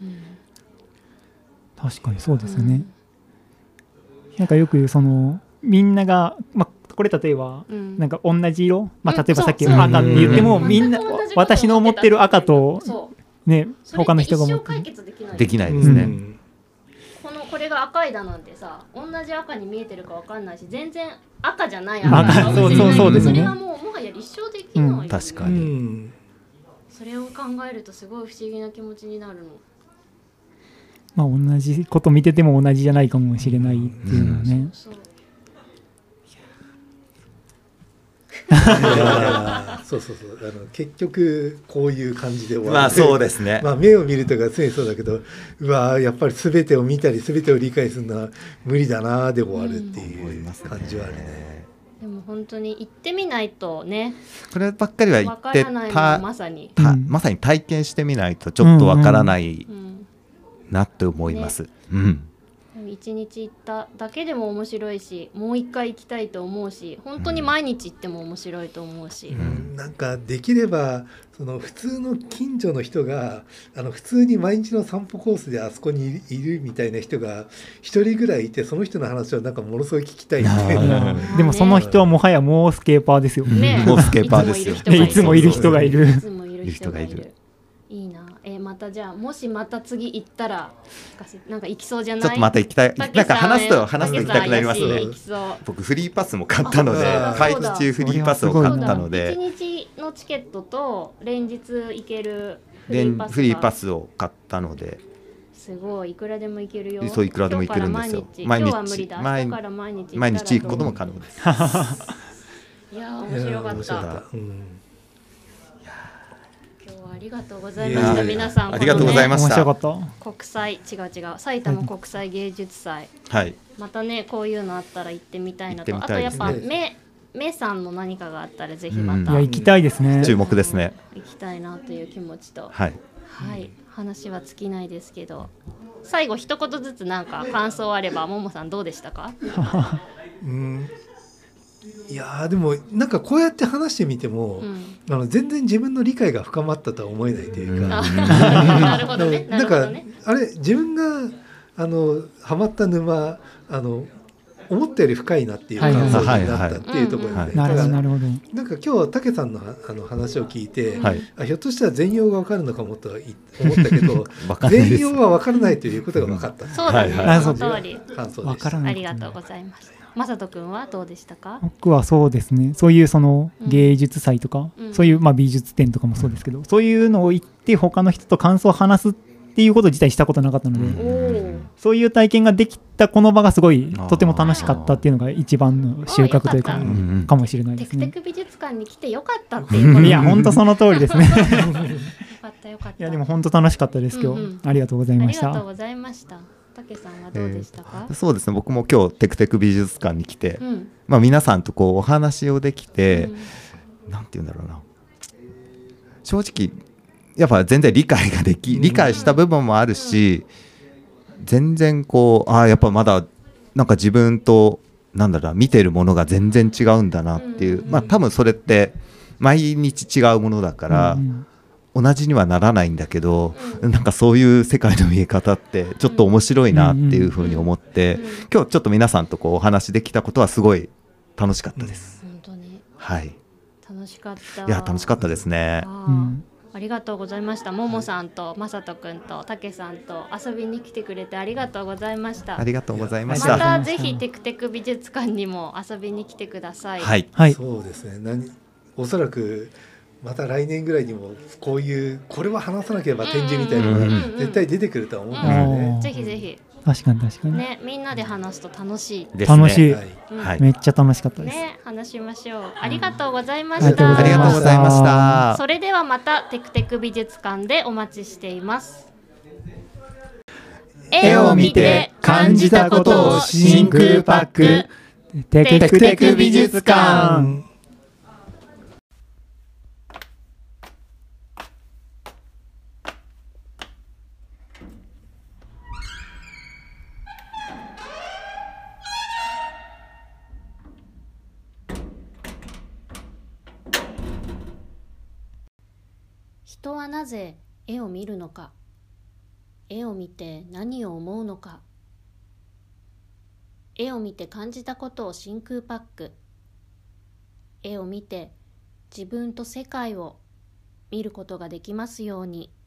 確かにそうですよね、なんかよくそのみんなが、まあ、これ例えば、なんか同じ色、まあ、例えばさっき赤って言っても、みんな私の思ってる赤と、ね、他の人が思ってるできないですね、 これが赤いだなんてさ、同じ赤に見えてるか分かんないし、全然赤じゃない赤かもしれない。それがもはや立証できないよね、 確かに、 それを考えるとすごい不思議な気持ちになるの。 まあ、同じこと見てても同じじゃないかもしれないっていうのはね、 そう結局こういう感じで終わる。 まあそうですね。 まあ目を見るとか常にそうだけど、やっぱり全てを見たり全てを理解するのは無理だなで終わるっていう感じはあるね。 でも本当に行ってみないとね。 こればっかりは言ってまさに体験してみないとちょっとわからないなって思います。 1日行っただけでも面白いし、もう一回行きたいと思うし、本当に毎日行っても面白いと思うし、 なんかできればその普通の近所の人が普通に毎日の散歩コースであそこにいるみたいな人が一人ぐらいいて、その人の話をなんかものすごい聞きたいみたいな。 でもその人はもはやもうスケーパーですよね。もうスケーパーですよ。 いつもいる人がいる。 いつもいる人がいる。いいな。またじゃあもしまた次行ったらなんか行きそうじゃない？ ちょっとまた行きたい。なんか話すと行きたくなりますね。僕フリーパスも買ったので、会期中フリーパスを買ったので、 1日のチケットと連日行けるフリーパスを買ったので、 すごいいくらでも行けるよ。 そういくらでも行けるんですよ。 今日は無理だ。明日から毎日行くことも可能です。 いや面白かった。ありがとうございました。皆さん、 ありがとうございました。 国際埼玉国際芸術祭、またねこういうのあったら行ってみたいなと、あとやっぱメさんの何かがあったらぜひまた行きたいですね。 注目ですね。 行きたいなという気持ちと、 はい、 話は尽きないですけど、最後一言ずつなんか感想あれば、ももさんどうでしたか？ いやでもなんかこうやって話してみても、全然自分の理解が深まったとは思えないというか、 なるほどね。 なんかあれ自分がハマった沼思ったより深いなっていう感想になったっていうところで、 なるほど。 なんか今日たけさんの話を聞いて、ひょっとしたら全容が分かるのかもとは思ったけど全容は分からないということが分かった。 そうだね、その通り。 ありがとうございます。まさとくんはどうでしたか？ 僕はそうですね、そういうその芸術祭とか、そういう美術展とかもそうですけど、そういうのを行って他の人と感想を話すっていうこと自体したことなかったので、そういう体験ができたこの場がすごいとても楽しかったっていうのが一番の収穫というかかもしれないですね。 テクテク美術館に来てよかったっていうこと。 いや本当その通りですね。 よかったよかった。 いやでも本当楽しかったです今日。ありがとうございました。 ありがとうございました。たけさんはどうでしたか？ そうですね、僕も今日テクテク美術館に来て、皆さんとこうお話をできて、なんていうんだろうな、正直やっぱ全然理解した部分もあるし、全然こうやっぱまだなんか自分となんだろう見てるものが全然違うんだなっていう、多分それって毎日違うものだから、同じにはならないんだけど、なんかそういう世界の見え方ってちょっと面白いなっていうふうに思って、今日ちょっと皆さんとこうお話できたことはすごい楽しかったです。 本当に。 はい。 楽しかった。 いや楽しかったですね。 ありがとうございました。ももさんとまさとくんとたけさんと遊びに来てくれてありがとうございました。 ありがとうございました。 またぜひテクテク美術館にも遊びに来てください。 はい。 そうですね。おそらくまた来年ぐらいにもこういうこれは話さなければ展示みたいなのが絶対出てくるとは思うんですよね。 ぜひぜひ確かにね、みんなで話すと楽しいですね。 楽しい、 はい、 めっちゃ楽しかったですね。話しましょう。ありがとうございました。 ありがとうございました。 それではまたテクテク美術館でお待ちしています。 絵を見て感じたことを真空パック、テクテク美術館。 人はなぜ絵を見るのか。絵を見て何を思うのか。絵を見て感じたことを真空パック。絵を見て自分と世界を見ることができますように。